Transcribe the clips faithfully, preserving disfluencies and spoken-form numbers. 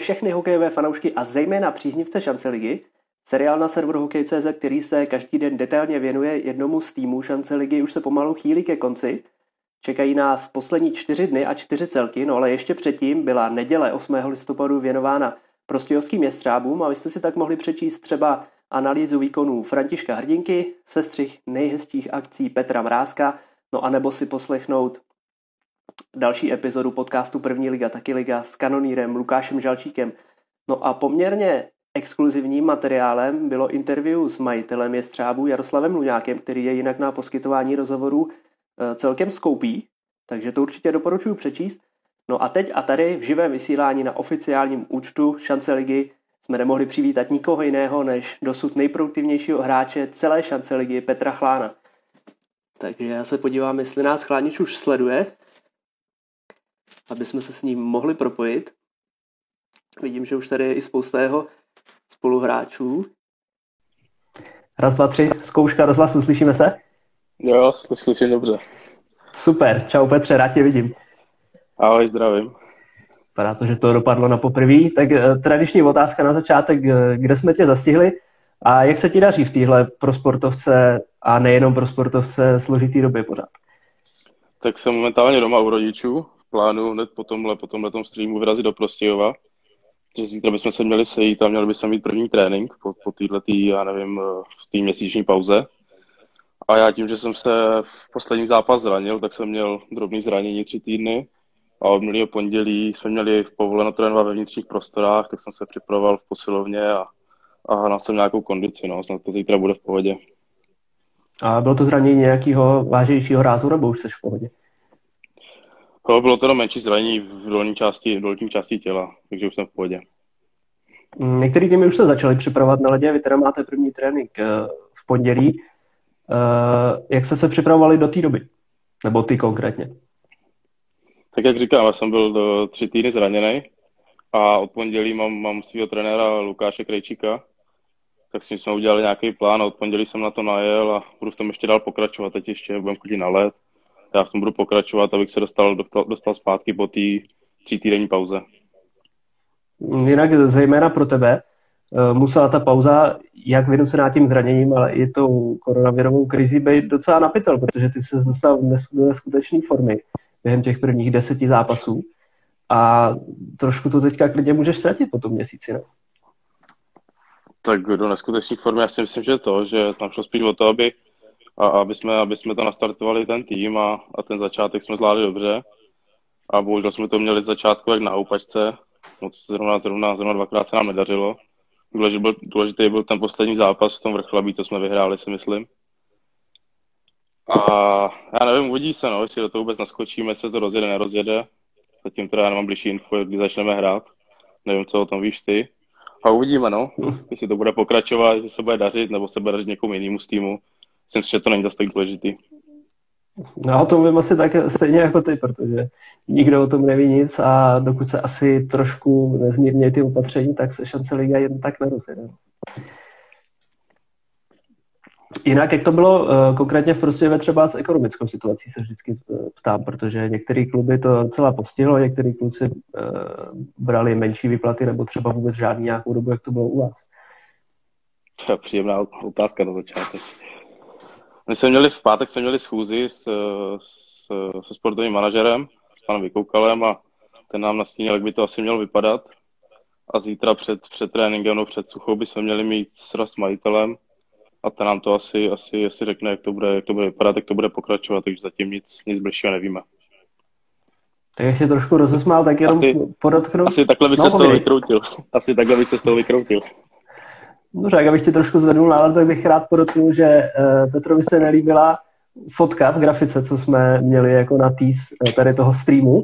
všechny hokejové fanoušky a zejména příznivce Šance ligy. Seriál na serveru hokej tečka cé zet, který se každý den detailně věnuje jednomu z týmů Šance ligy, už se pomalu chýlí ke konci. Čekají nás poslední čtyři dny a čtyři celky, no ale ještě předtím byla neděle osmého listopadu věnována prostějovským jestřábům a vy jste si tak mohli přečíst třeba analýzu výkonů Františka Hrdinky, sestřih nejhezčích akcí Petra Mrázka, no a nebo si poslechnout další epizodu podcastu První liga, taky liga s kanonýrem Lukášem Žalčíkem. No a poměrně exkluzivním materiálem bylo interview s majitelem jestřábů Jaroslavem Luňákem, který je jinak na poskytování rozhovorů celkem skoupý, takže to určitě doporučuji přečíst. No a teď a tady v živém vysílání na oficiálním účtu Šance ligy jsme nemohli přivítat nikoho jiného než dosud nejproduktivnějšího hráče celé Šance ligy Petra Chlána. Takže já se podívám, jestli nás Chlánič už sleduje, aby jsme se s ním mohli propojit. Vidím, že už tady je i spousta jeho spoluhráčů. Raz, dva, tři, zkouška rozhlasu, slyšíme se? Jo, slyším dobře. Super, čau Petře, rád tě vidím. Ahoj, zdravím. Vypadá to, že to dopadlo na poprvé. Tak tradiční otázka na začátek, kde jsme tě zastihli a jak se ti daří v téhle pro sportovce a nejenom pro sportovce složitý době pořád? Tak jsem momentálně doma u rodičů. Plánuju hned po tomhle, po tomhletom streamu vyrazit do Prostějova. Že zítra bychom se měli sejít a měli bychom mít první trénink po, po této, já nevím, v té měsíční pauze. A já tím, že jsem se v poslední zápas zranil, tak jsem měl drobný zranění tři týdny. A od minulého pondělí jsme měli povoleno trénovat ve vnitřních prostorách, tak jsem se připravoval v posilovně a, a hnal jsem nějakou kondici. No. Snad to zítra bude v pohodě. A bylo to zranění nějakého vážnějšího rázu, nebo už jsi v pohodě? No, bylo to no menší zranění v dolní části, v dolní části těla, takže už jsem v pohodě. Některý týmy už se začali připravovat na ledě, vy teda máte první trénink v pondělí. Jak jste se připravovali do té doby? Nebo ty konkrétně? Tak jak říkám, já jsem byl do tři týdny zraněný a od pondělí mám, mám svého trenéra Lukáše Krejčíka, tak s ním jsme udělali nějaký plán a od pondělí jsem na to najel a budu v tom ještě dál pokračovat. Teď ještě budeme chodit na led. Já v tom budu pokračovat, abych se dostal, dostal, dostal zpátky po té tří týdenní pauze. Jinak zejména pro tebe musela ta pauza, jak vynucená tím zraněním, ale i tou koronavirovou krizí, být docela napitel, protože ty se dostal do neskutečné formy během těch prvních deseti zápasů a trošku to teďka klidně můžeš ztratit po tom měsíci, ne? Tak do neskutečné formy, já si myslím, že to, že tam šlo spíš o to, aby, a, aby, jsme, aby jsme to nastartovali ten tým a, a ten začátek jsme zvládli dobře a bohužel jsme to měli z začátku jak na houpačce, moc zrovna, zrovna, zrovna dvakrát se nám nedařilo. Důležitý byl, důležitý byl ten poslední zápas v tom Vrchlabí, co jsme vyhráli, si myslím. A já nevím, uvidí se, no, jestli do toho vůbec naskočíme, jestli to rozjede, nerozjede. Zatím teda já nemám blížší info, kdy začneme hrát. Nevím, co o tom víš ty. A uvidíme, no, jestli to bude pokračovat, jestli se bude dařit, nebo se bude dařit někomu jinému z týmu. Myslím si, že to není zase tak důležitý. No o tom vím asi tak stejně jako ty, protože nikdo o tom neví nic a dokud se asi trošku nezmírnějí ty opatření, tak se Šance liga jen tak nerozjede. Jinak, jak to bylo uh, konkrétně v Prostějově třeba s ekonomickou situací, se vždycky uh, ptám, protože některé kluby to celá postihlo, některý kluci uh, brali menší výplaty nebo třeba vůbec žádný nějakou dobu, jak to bylo u vás. To je příjemná otázka na začátek. My jsme měli v pátek jsme měli schůzi s, s, se sportovním manažerem, s panem Vykoukalem a ten nám nastínil, jak by to asi mělo vypadat. A zítra před, před tréninkem, no před suchou bychom měli mít sraz s majitelem a ten nám to asi, asi, asi řekne, jak to, bude, jak to bude vypadat, jak to bude pokračovat, takže zatím nic, nic bližšího nevíme. Tak jak se trošku rozesmál, tak jenom asi, podotknu. Asi takhle bych no, se z toho vykroutil. Asi takhle bych se z toho vykroutil. Dobře, jak abych ti trošku zvednul náladu, tak bych rád podotknul, že Petrovi se nelíbila fotka v grafice, co jsme měli jako na tease tady toho streamu.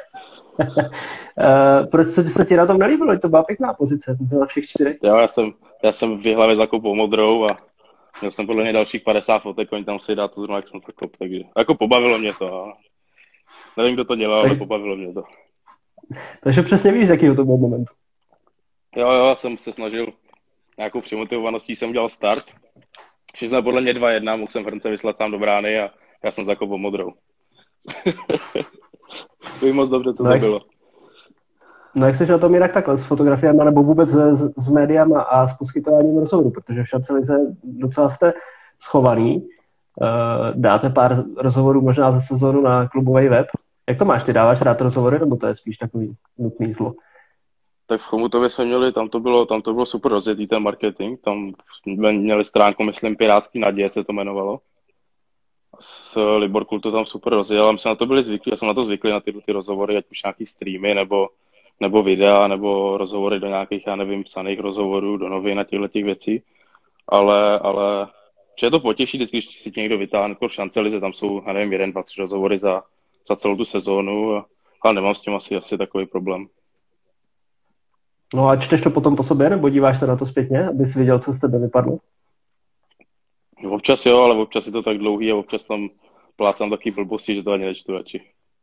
Proč se ti na tom nelíbilo? To byla pěkná pozice, byla všech čtyři. Jo, já jsem, já jsem v hlavě zakopl modrou a měl jsem podle mě dalších padesát fotek, oni tam si dát to zrovna, jak jsem zakop, takže jako pobavilo mě to. A nevím, kdo to dělal, tak, ale pobavilo mě to. Takže přesně víš, z jakýho to byl momentu. Jo, jo, já jsem se snažil nějakou přimotivovaností jsem udělal start. Šli jsme podle mě dva jedna, mohl jsem Hrnce vyslat sám do brány a já jsem zakopl modrou. Vím moc dobře, co to bylo. No jak jsi na tom jinak takhle s fotografiemi, nebo vůbec s, s médiama a s poskytováním rozhovorů, protože v šancelize docela jste schovaný, dáte pár rozhovorů možná ze sezónu na klubový web. Jak to máš? Ty dáváš rád rozhovory, nebo to je spíš takový nutný zlo? Tak v Chomutově jsme měli, tam to bylo, tam to bylo super rozjetý ten marketing, tam jsme měli stránku, myslím, Pirátský naděje se to jmenovalo. S Libor Kult to tam super rozjel a my jsme na to byli zvyklí, já jsem na to zvyklý, na ty, ty rozhovory, ať už nějaký streamy, nebo, nebo videa, nebo rozhovory do nějakých, já nevím, psaných rozhovorů, do novin a těchto těch věcí. Ale, ale že je to potěší, vždycky, když si tě někdo vytáhne v šancelize, tam jsou, já nevím, jeden, dva, tři rozhovory za, za celou tu sezónu, ale nemám s tím asi, asi takový problém. No a čteš to potom po sobě, nebo díváš se na to zpětně, abys viděl, co z tebe vypadlo? Občas jo, ale občas je to tak dlouhý a občas tam plácám taky blbosti, že to ani nečtu radši.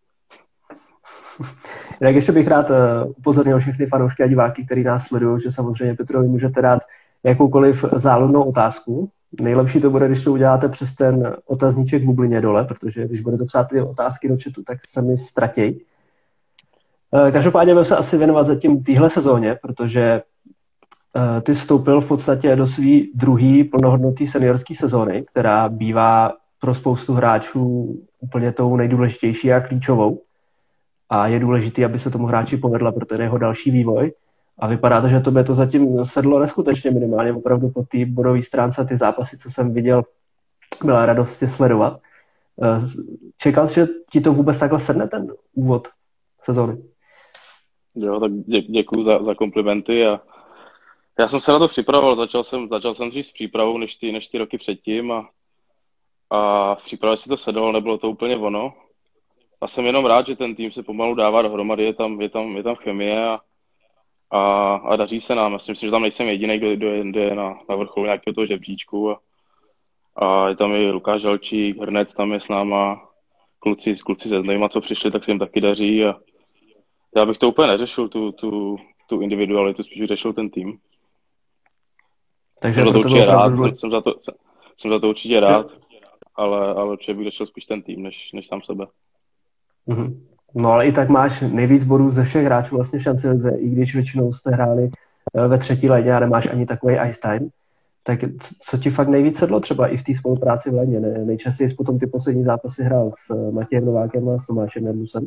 Tak ještě bych rád upozornil všechny fanoušky a diváky, kteří nás sledují, že samozřejmě Petrovi můžete dát jakoukoliv záludnou otázku. Nejlepší to bude, když to uděláte přes ten otazníček v bublině dole, protože když budete psát ty otázky do chatu, tak se mi ztratěj. Každopádně budeme se asi věnovat zatím téhle sezóně, protože ty vstoupil v podstatě do svý druhý plnohodnotný seniorský sezóny, která bývá pro spoustu hráčů úplně tou nejdůležitější a klíčovou. A je důležité, aby se tomu hráči povedla pro ten jeho další vývoj. A vypadá to, že to by to zatím sedlo neskutečně minimálně. Opravdu po té bodové stránce ty zápasy, co jsem viděl, byla radost sledovat. Čekal jsi, že ti to vůbec takhle sedne, ten úvod sezóny? Jo, tak dě, děkuju za, za komplimenty a já jsem se na to připravoval, začal jsem, začal jsem dřív s přípravou než ty, než ty roky předtím a, a v přípravě si to sedlo, nebylo to úplně ono. A jsem jenom rád, že ten tým se pomalu dává dohromady, je tam, je tam, je tam chemie a, a, a daří se nám. Myslím si, že tam nejsem jediný, kdo, kdo je na, na vrcholu nějakého toho žebříčku a, a je tam i Lukáš Žalčík, Hrnec tam je s náma, kluci, kluci se Znojma, co přišli, tak se jim taky daří a já bych to úplně neřešil, tu, tu, tu individualitu, spíš řešil ten tým. Takže jsem za to určitě rád, jsem, jsem, za to, jsem, jsem za to určitě rád, ale, ale určitě bych řešil spíš ten tým, než, než sám sebe. Mm-hmm. No ale i tak máš nejvíc bodů ze všech hráčů vlastně v šancelize, i když většinou jste hráli ve třetí léně a nemáš ani takový ice time. Tak co ti fakt nejvíc sedlo třeba i v té spolupráci v léně? Ne? Nejčastěji jsi potom ty poslední zápasy hrál s Matějem Novákem a s Tomášem Nermusem.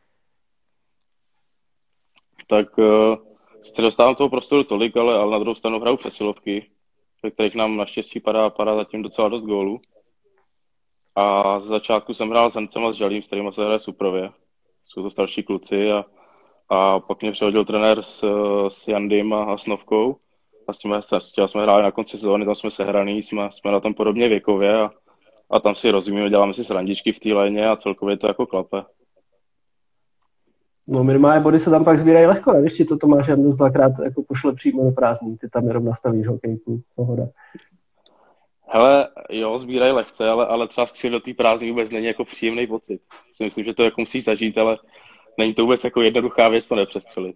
Tak uh, se dostávám toho prostoru tolik, ale, ale na druhou stranu hraju přesilovky, ve kterých nám naštěstí padá, padá zatím docela dost gólů. A z začátku jsem hrál s Hrncem a s Žalím, s kterýma se hraje suprově. Jsou to starší kluci a, a pak mě přehodil trenér s, s Jandym a, a Snovkou. A s tím, s tím jsme hráli na konci sezóny, tam jsme sehraný, jsme, jsme na tom podobně věkově a, a tam si rozumíme, děláme si srandičky v té léně a celkově to jako klape. No minimálně body se tam pak sbírají lehko, ne? Když ti to Tomáš Jandus dvakrát jako pošle přímo do prázdný, ty tam jenom nastavíš hokejku, pohoda. Hele, jo, sbírají lehce, ale, ale třeba střílet do té prázdný vůbec není jako příjemný pocit. Si myslím, že to jako musíš zažít, ale není to vůbec jako jednoduchá věc to nepřestřelit.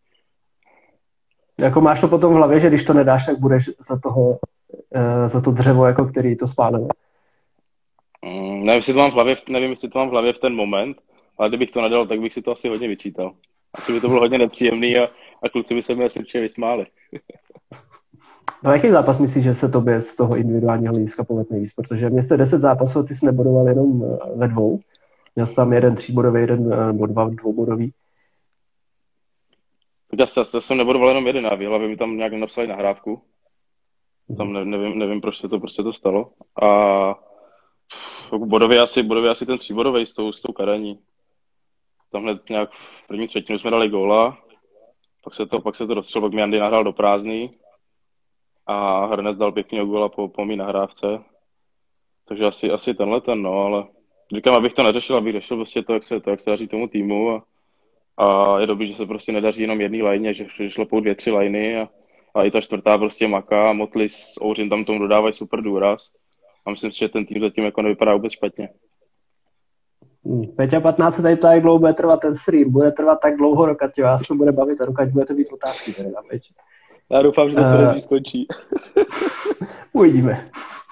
Jako máš to potom v hlavě, že když to nedáš, tak budeš za toho, za to dřevo, jako který to spálil. Mm, nevím, jestli to mám v hlavě, nevím, jestli to mám v hlavě v ten moment, ale kdybych to nedal, tak bych si to asi hodně vyčítal. Asi by to bylo hodně nepříjemný a, a kluci by se mi asi určitě vysmáli. No jaký zápas myslíš, že se tobě z toho individuálního hlediska povedl nejvíc? Protože mě jste deset zápasů, ty jsi nebodoval jenom ve dvou. Měl jsi tam jeden tříbodový, jeden nebo dva dvoubodový. Já, já jsem nebodoval jenom jeden a v hlavě mi tam nějak napsali nahrávku. Tam ne, nevím, nevím, proč se to, proč se to stalo. A bodově asi, bodově asi ten tříbodový s tou, s tou Karení. Tam hned nějak v první třetinu jsme dali góla, pak se to, pak se to dostřel, pak mi Andy nahrál do prázdný a Hrnec dal pěkný góla po, po mý nahrávce. Takže asi, asi tenhle ten, no, ale říkám, abych to neřešil, abych řešil prostě to, jak se, to, jak se daří tomu týmu a, a je dobrý, že se prostě nedaří jenom jedný lajně, že, že šlo po dvě, tři lajny a, a i ta čtvrtá prostě maká a Motli s Ouřin tam tomu dodávají super důraz a myslím si, že ten tým zatím jako nevypadá vůbec špatně. Hmm. Peťa patnáct se tady ptá, jak dlouho bude trvat ten stream. Bude trvat tak dlouho, dokud vás to bude bavit a dokud budete mít otázky tady na Peťa. Já doufám, že to co uh, skončí. Uvidíme.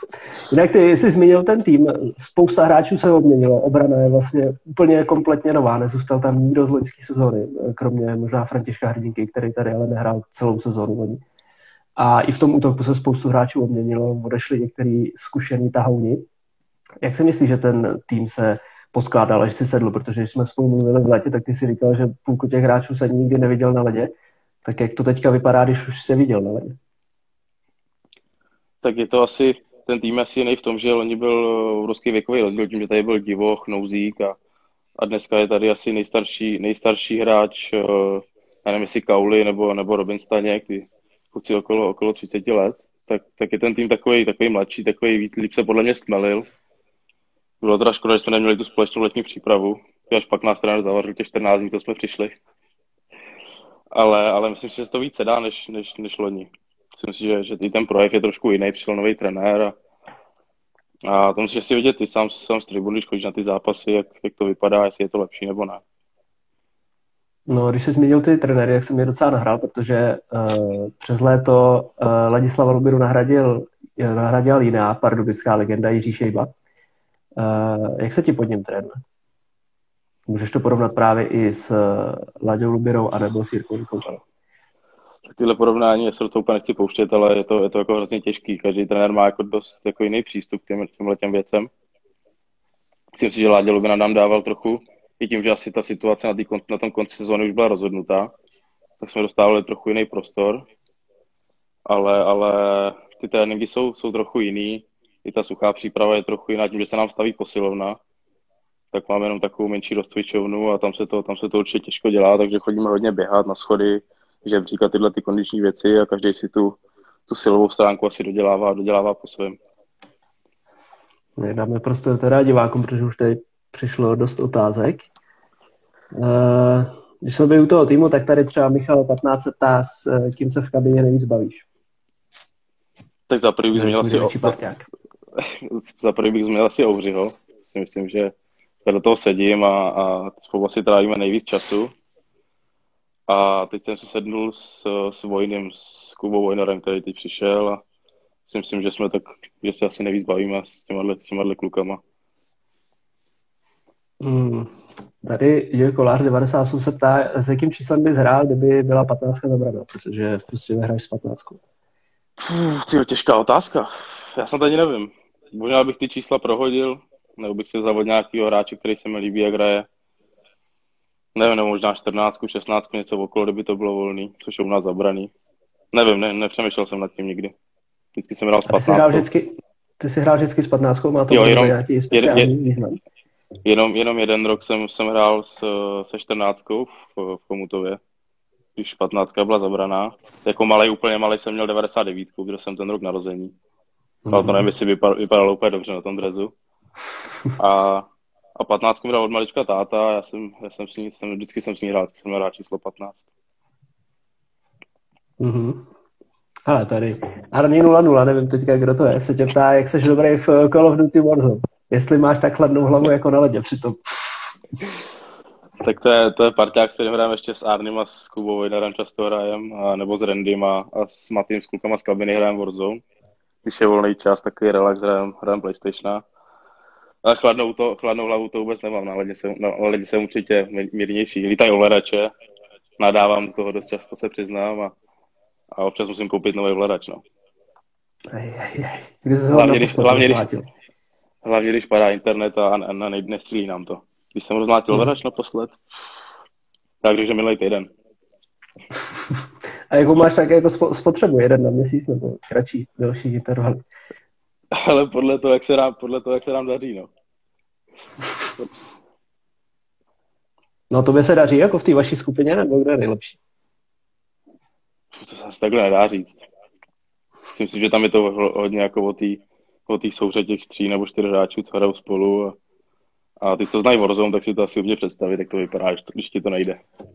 Jinak ty jsi zmínil ten tým, spousta hráčů se obměnilo, obrana je vlastně úplně kompletně nová, nezůstal tam nikdo z loňské sezóny, kromě možná Františka Hrdinky, který tady ale nehrál celou sezónu. A i v tom útoku se spoustu hráčů obměnilo, odešli některý zkušený tahouni. Jak si myslíš, že ten tým se poskládal, až si sedl, protože když jsme spolu mluvili v létě, tak ty si říkal, že půlku těch hráčů se nikdy neviděl na ledě. Tak jak to teďka vypadá, když už se viděl na ledě? Tak je to asi, ten tým asi jiný v tom, že loni byl obrovský věkový rozdíl, tím, že tady byl Divoch, Nouzík a, a dneska je tady asi nejstarší, nejstarší hráč, já nevím, jestli Kauli nebo, nebo Robin Staněk, ty kluci okolo, okolo třicet let, tak, tak je ten tým takový, takový mladší, takový líp se podle mě stmelil. Bylo teda škoda, že jsme neměli tu společnou letní přípravu, až pak nás trenér zavařil těch čtrnáct dní, to jsme přišli. Ale, ale myslím si, že se to víc dá, než, než, než loni. Myslím si, že, že i ten projev je trošku jiný, přišel nový trenér a, a to musíš si vidět ty sám, sám z tribuny, když chodíš na ty zápasy, jak, jak to vypadá, jestli je to lepší nebo ne. No, když jsi zmínil ty trenéry, jak jsem je docela nahrál, protože uh, přes léto uh, Ladislava Lubiru nahradil, nahradil jiná pardubická legenda Jiří Šejba. Uh, jak se ti pod ním trénuje? Můžeš to porovnat právě i s uh, Laďou Lubirou anebo s Jirkou Koukalou? Tyhle porovnání, já se do toho úplně nechci pouštět, ale je to, je to jako hrozně těžký. Každý trenér má jako dost jako jiný přístup k těm, těmhle těm věcem. Myslím si, že Láďa Lubina nám dával trochu, i tím, že asi ta situace na, tý, na tom konci sezóny už byla rozhodnutá, tak jsme dostávali trochu jiný prostor, ale, ale ty tréninky jsou, jsou trochu jiný, i ta suchá příprava je trochu jiná, tím, že se nám staví posilovna, tak máme jenom takovou menší rozcvičovnu a tam se to, tam se to určitě těžko dělá, takže chodíme hodně běhat na schody, že říkat tyhle ty kondiční věci a každý si tu, tu silovou stránku asi dodělává, dodělává po svém. Dáme prostě teda divákům, protože už tady přišlo dost otázek. Když jsme byli u toho týmu, tak tady třeba Michal patnáct se ptá, s kým se v kabině nejvíc bavíš. Tak za prvý bych změnil asi, za prvý bych změnil asi Ovřiho. Si myslím, že do toho sedím a, a spolu asi trávíme nejvíc času. A teď jsem si sednul s, s Vojnem, s Kubou Vojnorem, který teď přišel a si myslím, že jsme tak, že se asi nejvíc bavíme s těma, s těma klukama. Hmm. Tady Jirko Kolář devadesát osm se ptá, s jakým číslem bys hrál, kdyby byla patnáctka zabraná, protože prostě nehráš s patnáctkou. Tyjo, těžká otázka. Já snad ani nevím. Možná bych ty čísla prohodil, nebo bych si vzal od nějakého hráče, který se mi líbí, jak hraje. Nevím, nebo možná čtrnáctku, šestnáctku, něco okolo, kdyby to bylo volný, což je u nás zabraný. Nevím, ne, nepřemýšlel jsem nad tím nikdy. Vždycky jsem hrál s patnáctkou. Ty jsi hrál vždycky, ty jsi hrál vždycky s patnáctkou, má to jo, jenom, nějaký speciální je, je, význam? Jenom, jenom jeden rok jsem, jsem hrál s, se čtrnáctkou v, v Chomutově, když patnáctka byla zabraná. Jako malej, úplně malej jsem měl devadesát devět, kde jsem ten rok narození. Mm-hmm. Ale to nevím, jestli vypadalo, vypadalo úplně dobře na tom drezu. A A patnáctku mi dal od malička táta, já jsem, já jsem s ní, jsem, vždycky jsem s ní hrál, vždycky jsem hrál číslo patnáct. Mhm. Ale tady, Arní nula nula, nevím teďka, kdo to je, se tě ptá, jak seš dobrý v Call of Duty Warzone. Jestli máš tak chladnou hlavu jako na ledě přitom. Tak to je, to je parťák, s kterým hrajeme ještě s Arnym a s Kubou Vojdarem často hrajem, a nebo s Randym a, a s Matým, s klukama z kabiny hrajem Warzone. Když je volný čas, takový relax, hrajem, hrajem PlayStationa. Ale chladnou, to, chladnou hlavu to vůbec nemám, na ledě jsem, na ledě jsem určitě mírnější. Lítají ovladače, nadávám toho dost často, se přiznám, a, a občas musím koupit nový ovladač, no. Ej, ej, ej. Kdy jsi hlavně, když, hlavně, když, hlavně když padá internet a, a, a nestřílí nám to. Když jsem rozmlátil hmm. ovladač naposled, tak když je minulý týden. A jakou máš také jako spotřebu? Jeden na měsíc nebo kratší, delší interval? Ale podle toho, jak se nám, podle toho, jak se nám daří, no. No to by se daří jako v té vaší skupině, nebo kde je nejlepší? To se asi takhle nedá říct. Myslím si, že tam je to hodně jako o té o té souhře těch tří nebo čtyř hráčů, co hrajou spolu. A, a ty, co znají Warzone, tak si to asi umí představit, jak to vypadá, když ti to nejde.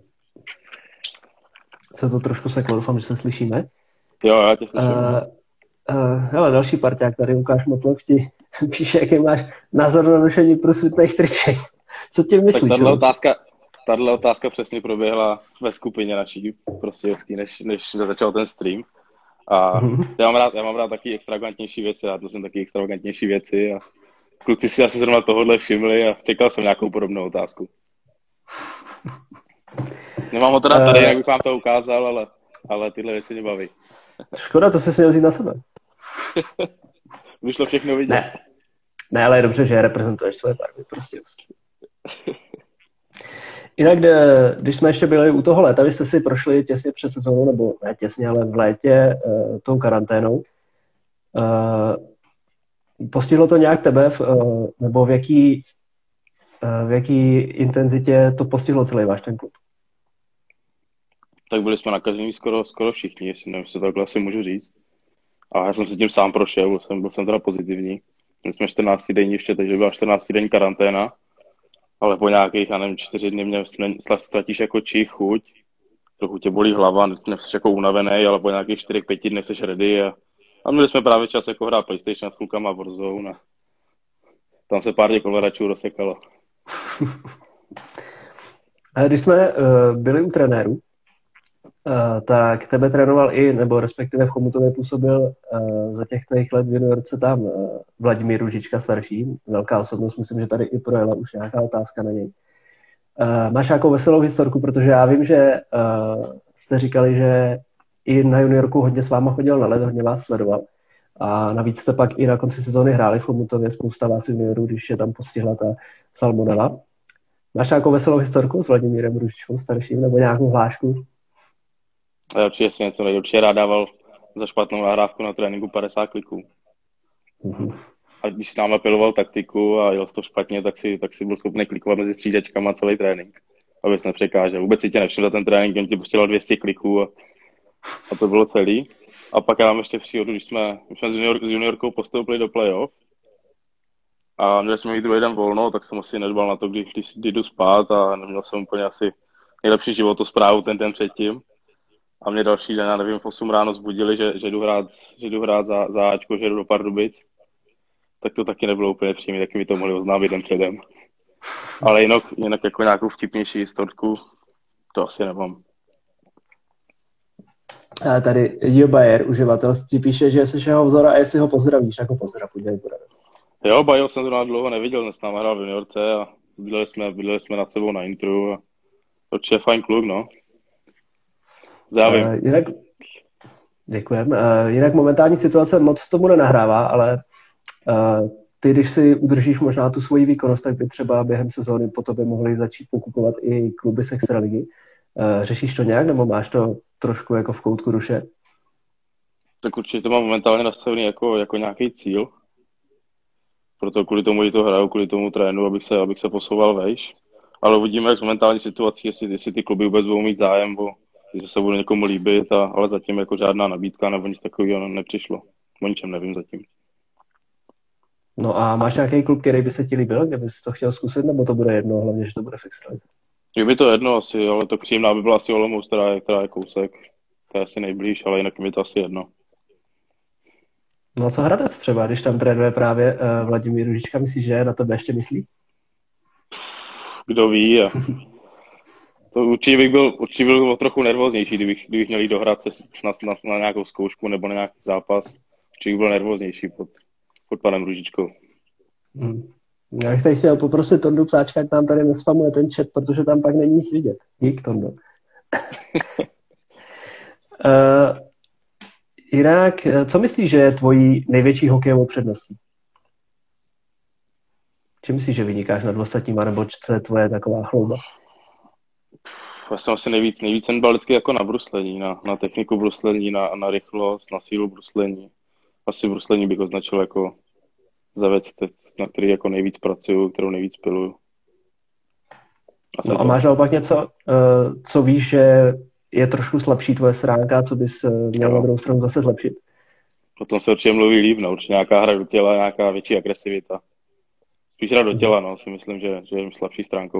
Co to trošku seklo, doufám, že se slyšíme. Jo, já tě slyším. Uh... Uh, hele, další parťák, tady Lukáš Motloch ti píše, jaký máš názor na nošení průsvitných triček. Co tím myslíš? Tak tato otázka, tato otázka přesně proběhla ve skupině naší, prostě než, než začal ten stream. A já mám rád, já mám rád taky extravagantnější věci, já to jsem taky extravagantnější věci a kluci si asi zrovna tohohle všimli a čekal jsem nějakou podobnou otázku. Nemám ho teda tady, jak bych vám to ukázal, ale, ale tyhle věci mě baví. Škoda, to jsi si měl vzít na sebe. Vyšlo všechno vidět. Ne. ne, ale je dobře, že reprezentuješ svoje barvy, prostě hezky. Jinak, když jsme ještě byli u toho léta, vy jste si prošli těsně před sezónou, nebo ne těsně, ale v létě uh, tou karanténou. Uh, postihlo to nějak tebe, v, uh, nebo v jaký, uh, v jaký intenzitě to postihlo celý váš ten klub? Tak byli jsme nakažení skoro, skoro všichni, jestli nevím, jestli takhle asi můžu říct. A já jsem se tím sám prošel, byl jsem, byl jsem teda pozitivní. My jsme čtrnáct denní ještě, takže byla čtrnáct denní karanténa. Ale po nějakých, já nevím, čtyři dny mě ztratíš jako čich, chuť. Trochu tě bolí hlava, nejsi jako unavený, ale po nějakých čtyřech, pěti dnech jsi ready. A, a měli jsme právě čas jako hrát PlayStation s klukama Warzone. A tam se pár těch ovladačů rozsekalo. A když jsme uh, byli u trenérů, Uh, tak tebe trénoval i, nebo respektive v Chomutově působil uh, za těch tvých let v juniorce tam uh, Vladimír Růžička starší, velká osobnost, myslím, že tady i projela už nějaká otázka na něj. Uh, máš nějakou veselou historku, protože já vím, že uh, jste říkali, že i na juniorku hodně s váma chodil na led, hodně vás sledoval. A navíc jste pak i na konci sezóny hráli v Chomutově, spousta vás juniorů, když je tam postihla ta salmonela. Máš nějakou veselou historku s Vladimírem Růžičkou starším, nebo nějakou hlášku? A já určitě si něco nejde. Určitě rád dával za špatnou nahrávku na tréninku padesát kliků. Mm-hmm. A když s náma piloval taktiku a jel to špatně, tak si, tak si byl schopný klikovat mezi střídačkama celý trénink. Abys nepřekážel. Vůbec si tě nevšiml za ten trénink, on ti prostě dal dvě stě kliků a, a to bylo celý. A pak já mám ještě příhodu, když jsme, když jsme s, junior, s juniorkou postoupili do playoff a měli jsme mít druhý den volno, tak jsem asi nedbal na to, když, když jdu spát a neměl jsem úplně asi nejlepší životosprávu ten den předtím. A mě další den, já nevím, v osm ráno zbudili, že, že jdu hrát, že jdu hrát za, za Ačko, že jdu do Pardubic. Tak to taky nebylo úplně příjemné, taky mi to mohli oznámit den předem. Ale jinak, jinak jako nějakou vtipnější historku, to asi nemám. A tady Jo Bayer, uživatel, ti píše, že jsi jeho vzor a jestli ho pozdravíš, jako pozdrav, udělej poradost. Jo, Bayer jsem to dlouho neviděl, dnes nám hrál v juniorce a bydleli jsme, bydleli jsme nad sebou na intru a určitě fajn kluk, no. Zdravím. Uh, jinak, děkujem. Uh, jinak momentální situace moc tomu nenahrává, ale uh, ty, když si udržíš možná tu svoji výkonnost, tak by třeba během sezóny po tobě mohly začít pokupovat i kluby z extraligy. Uh, řešíš to nějak, nebo máš to trošku jako v koutku duše? Tak určitě to mám momentálně nastavený jako, jako nějaký cíl. Proto kvůli tomu i to hraju, kvůli tomu trénu, abych se, abych se posouval vejš. Ale uvidíme, jak v momentální situaci, jestli, jestli ty kluby vůbec budou mít zájem, bo, že se bude někomu líbit, a, ale zatím jako žádná nabídka nebo nic takového nepřišlo. O ničem nevím zatím. No a máš nějaký klub, který by se ti líbil, kde bys to chtěl zkusit, nebo to bude jedno, hlavně, že to bude v extralize? Je by to jedno asi, ale to příjemná by byla asi Olomouc, která je, která je kousek. To je asi nejblíž, ale jinak mi to asi jedno. No a co Hradec třeba, když tam trénuje právě uh, Vladimír Růžička, myslíš, že na tebe ještě myslí? Kdo ví. A... to určitě bych byl, určitě byl trochu nervóznější, kdybych, kdybych měl jít dohrát se na, na, na nějakou zkoušku nebo na nějaký zápas. Určitě bych byl nervóznější pod, pod panem Růžičkou. Hmm. Já bych tady chtěl poprosit Tondu Ptáčka, ať nám tady nespamuje ten chat, protože tam pak není nic vidět. Dík, Tondo. uh, Jinak, co myslíš, že je tvojí největší hokejovou předností? Čím myslíš, že vynikáš nad ostatníma, nebo co je tvoje taková chlouba? Já jsem asi nejvíc, nejvíc jsem byl vždycky jako na bruslení, na, na techniku bruslení, na, na rychlost, na sílu bruslení. Asi bruslení bych označil jako za věc, na který jako nejvíc pracuju, kterou nejvíc piluju. No a máš naopak něco, co víš, že je trošku slabší tvoje stránka, co bys měl na druhou stranu zase zlepšit? O tom se určitě mluví líp, no. Určitě nějaká hra do těla, nějaká větší agresivita. Spíš hra do těla, no, si myslím, že, že je slabší stránkou.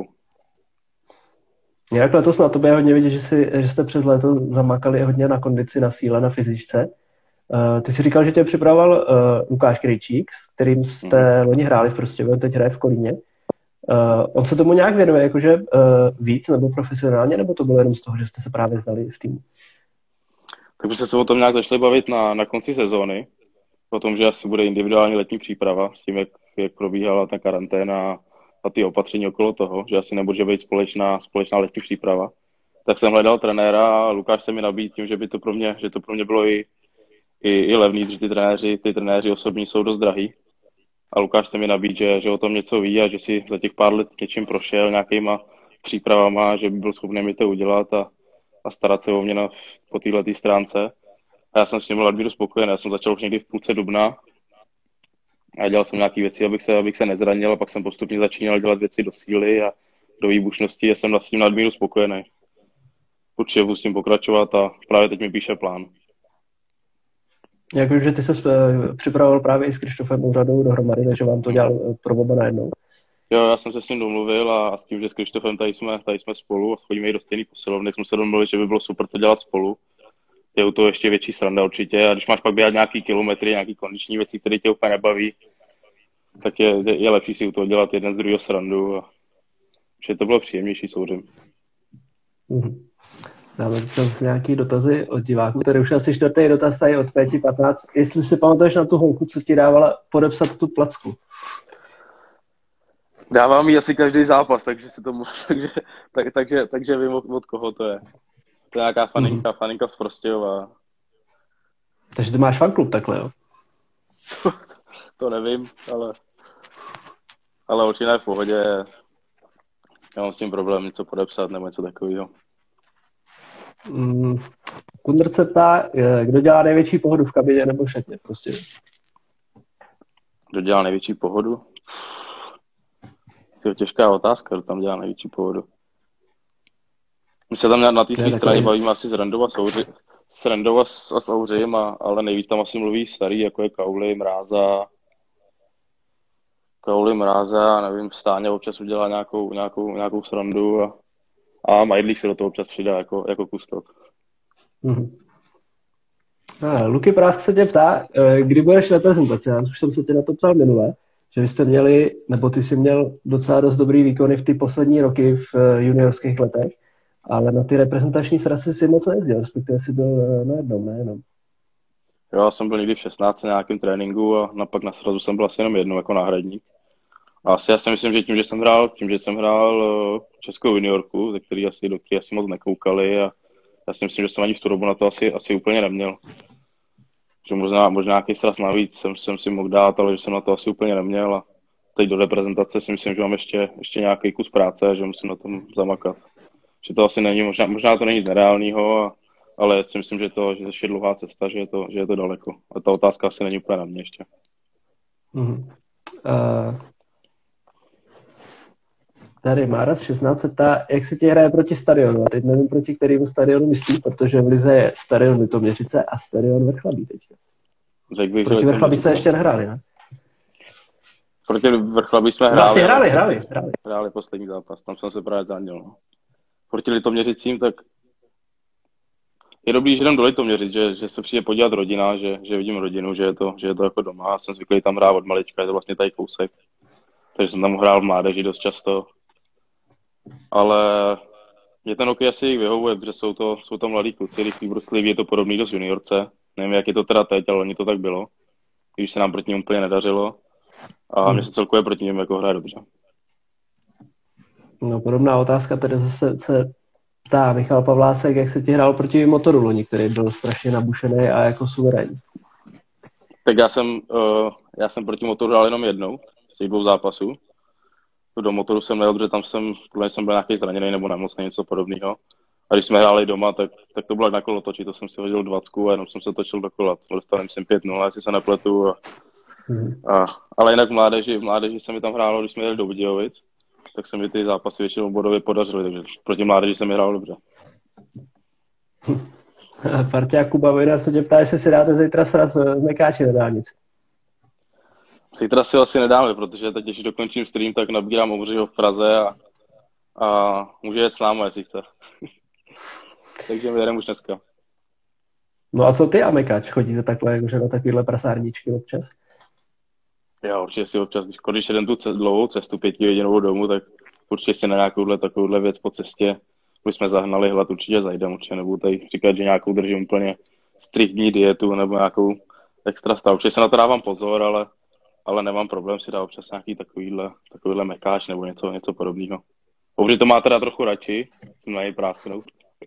Jinak letos na tobě je hodně vidět, že, si, že jste přes léto zamakali hodně na kondici, na síle, na fyzičce. Uh, ty jsi říkal, že tě připravoval uh, Lukáš Krejčík, s kterým jste mm. loni hráli v Prostějově, teď hraje v Kolíně. Uh, on se tomu nějak věnuje, jakože uh, víc nebo profesionálně, nebo to bylo jenom z toho, že jste se právě znali s tím? Tak bychom se o tom nějak začali bavit na, na konci sezóny, o tom, že asi bude individuální letní příprava s tím, jak, jak probíhala ta karanténa a ty opatření okolo toho, že asi nemůže být společná, společná letní příprava. Tak jsem hledal trenéra a Lukáš se mi nabídl tím, že by to pro mě, že to pro mě bylo i, i, i levný, protože ty trenéři, ty trenéři osobní jsou dost drahý. A Lukáš se mi nabídl, že, že o tom něco ví a že si za těch pár let něčím prošel, nějakýma přípravama, že by byl schopný mi to udělat a, a starat se o mě na, po této stránce. A já jsem s tím byl nadmíru spokojený. Já jsem začal už někdy v půlce dubna a dělal jsem nějaké věci, abych se, abych se nezranil, a pak jsem postupně začínal dělat věci do síly a do výbušnosti a jsem s tím nadmíru spokojený. Určitě budu s tím pokračovat a právě teď mi píše plán. Jak vím, že ty se připravoval právě i s Krištofem Úřadou dohromady, takže vám to dělal pro oba najednou. Jo, já jsem se s ním domluvil a, a s tím, že s Krištofem tady jsme, tady jsme spolu a chodíme i do stejný posilovny, jsme se domluvili, že by bylo super to dělat spolu. Je u toho ještě větší sranda určitě a když máš pak běhat nějaký kilometry, nějaký kondiční věci, které tě úplně nebaví, tak je, je, je lepší si u toho dělat jeden z druhého srandu a že to bylo příjemnější souřím. Mm-hmm. Dáme teď nějaký dotazy od diváků, tady už asi čtvrtý dotaz tady od pět patnáct. Jestli si pamatuješ na tu holku, co ti dávala podepsat tu placku? Dávám jí asi každý zápas, takže si tomu, takže, tak, takže, takže vím, od, od koho to je. To je nějaká faninka, mm-hmm. faninka z Prostějova. Takže ty máš fanklub takhle, jo? To, to nevím, ale, ale určitě je v pohodě. Já mám s tím problém něco podepsat nebo něco takového. Mm, Kundr se ptá, kdo dělá největší pohodu v kabině nebo v šatně, prostě. Kdo dělá největší pohodu? To je těžká otázka, kdo tam dělá největší pohodu. My se tam na, na té své straně bavíme asi s Rendou a Souři, s Rendou a s, a Souřím, a, ale nejvíc tam asi mluví starý, jako je Kauly, Mráza, Kauly, Mráza, nevím, Stáně občas udělá nějakou, nějakou, nějakou srandu a, a Majdlík se do toho občas přidá jako, jako kustot. Mm-hmm. No, Luky Prásk se tě ptá, kdy budeš reprezentace. Já už jsem se tě na to ptal minule, že vy jste měli, nebo ty jsi měl docela dost dobrý výkony v ty poslední roky v juniorských letech, ale na ty reprezentační srazy si moc nejezdil, respektive si byl na jednom, ne jenom. Jo, já jsem byl někdy v šestnácti na nějakém tréninku a napak na srazu jsem byl asi jenom jednou jako náhradník. A asi já si myslím, že tím, že jsem hrál, tím, že jsem hrál českou juniorku, ze který asi, do který asi moc nekoukali, a já si myslím, že jsem ani v tu dobu na to asi, asi úplně neměl. Že možná, možná nějaký sraz navíc jsem, jsem si mohl dát, ale že jsem na to asi úplně neměl. A teď do reprezentace si myslím, že mám ještě, ještě nějaký kus práce a že musím na tom zamakat. Že to asi není, možná, možná to není nic nereálného, ale si myslím, že to že je dlouhá cesta, že je, to, že je to daleko. A ta otázka asi není úplně na mě ještě. Mm-hmm. Uh, tady Máras šestnáct se ptá, jak se ti hraje proti Stadionu. A teď nevím, proti kterému Stadionu myslí, protože v lize je Stadion Litoměřice a Stadion Vrchlabí teď. Bych, proti Vrchlabí jste ještě nehráli, ne? Proti Vrchlabí jsme hráli. Vlastně hráli, hráli, hráli. Hráli poslední zápas, tam jsem se právě zranil. No. Proti Litoměřicím, tak je dobrý, že jdem do Litoměřic, že, že se přijde podívat rodina, že, že vidím rodinu, že je, to, že je to jako doma. Já jsem zvyklý tam hrát od malička, je to vlastně tady kousek. Takže jsem tam hrál v mládeži dost často. Ale mě ten hokej asi vyhovuje, protože jsou to, jsou to mladí kluci, rychlí, bruslivý, je to podobný do juniorce. Nevím, jak je to teda teď, ale oni to tak bylo. Když se nám proti němu úplně nedařilo. A hmm. mě se celkově proti němu jako hraje dobře. No, podobná otázka tady zase se ptá Michal Pavlásek, jak se ti hrál proti Motoru loni, který byl strašně nabušený a jako suverénní. Tak já jsem, uh, já jsem proti Motoru hrál jenom jednou z těch dvou zápasů. Do Motoru jsem nejel, protože tam jsem, jsem byl nějaký zraněný nebo nemocný, něco podobného. A když jsme hráli doma, tak, tak to bylo jak na kolotoči, to jsem si hodil dvacku a jenom jsem se točil dokola. Dostal jsem pět nula, jestli se nepletu. A, hmm. a, ale jinak v mládeži, v mládeži se mi tam hrálo, když jsme jeli do Budějovic, tak se mi ty zápasy většinou bodově podařily, takže proti mládeži se mi hrálo dobře. Partia Kuba Vojda se tě ptá, jestli si dáte zítra sraz v Mekáči na dálnici. Zítra si asi nedáme, protože teď, když dokončím stream, tak nabírám Ovřiho v Praze a, a může jet s náma, jestli chce. Takže my jedeme už dneska. No a co ty a Mekáč? Chodíte takhle, jakože na takovýhle prasárničky občas? Já určitě si občas, když, když jedem tu cest, dlouhou cestu pětihodinovou domů, tak určitě si na nějakouhle takovouhle věc po cestě, když jsme zahnali hlad, určitě zajdem, určitě nebudu tady říkat, že nějakou držím úplně striktní dietu nebo nějakou extra stav. Určitě se na to dávám pozor, ale, ale nemám problém si dát občas nějaký takovýhle, takovýhle mekáč nebo něco, něco podobného. Obři to má teda trochu radši, jsem na něj prásknout.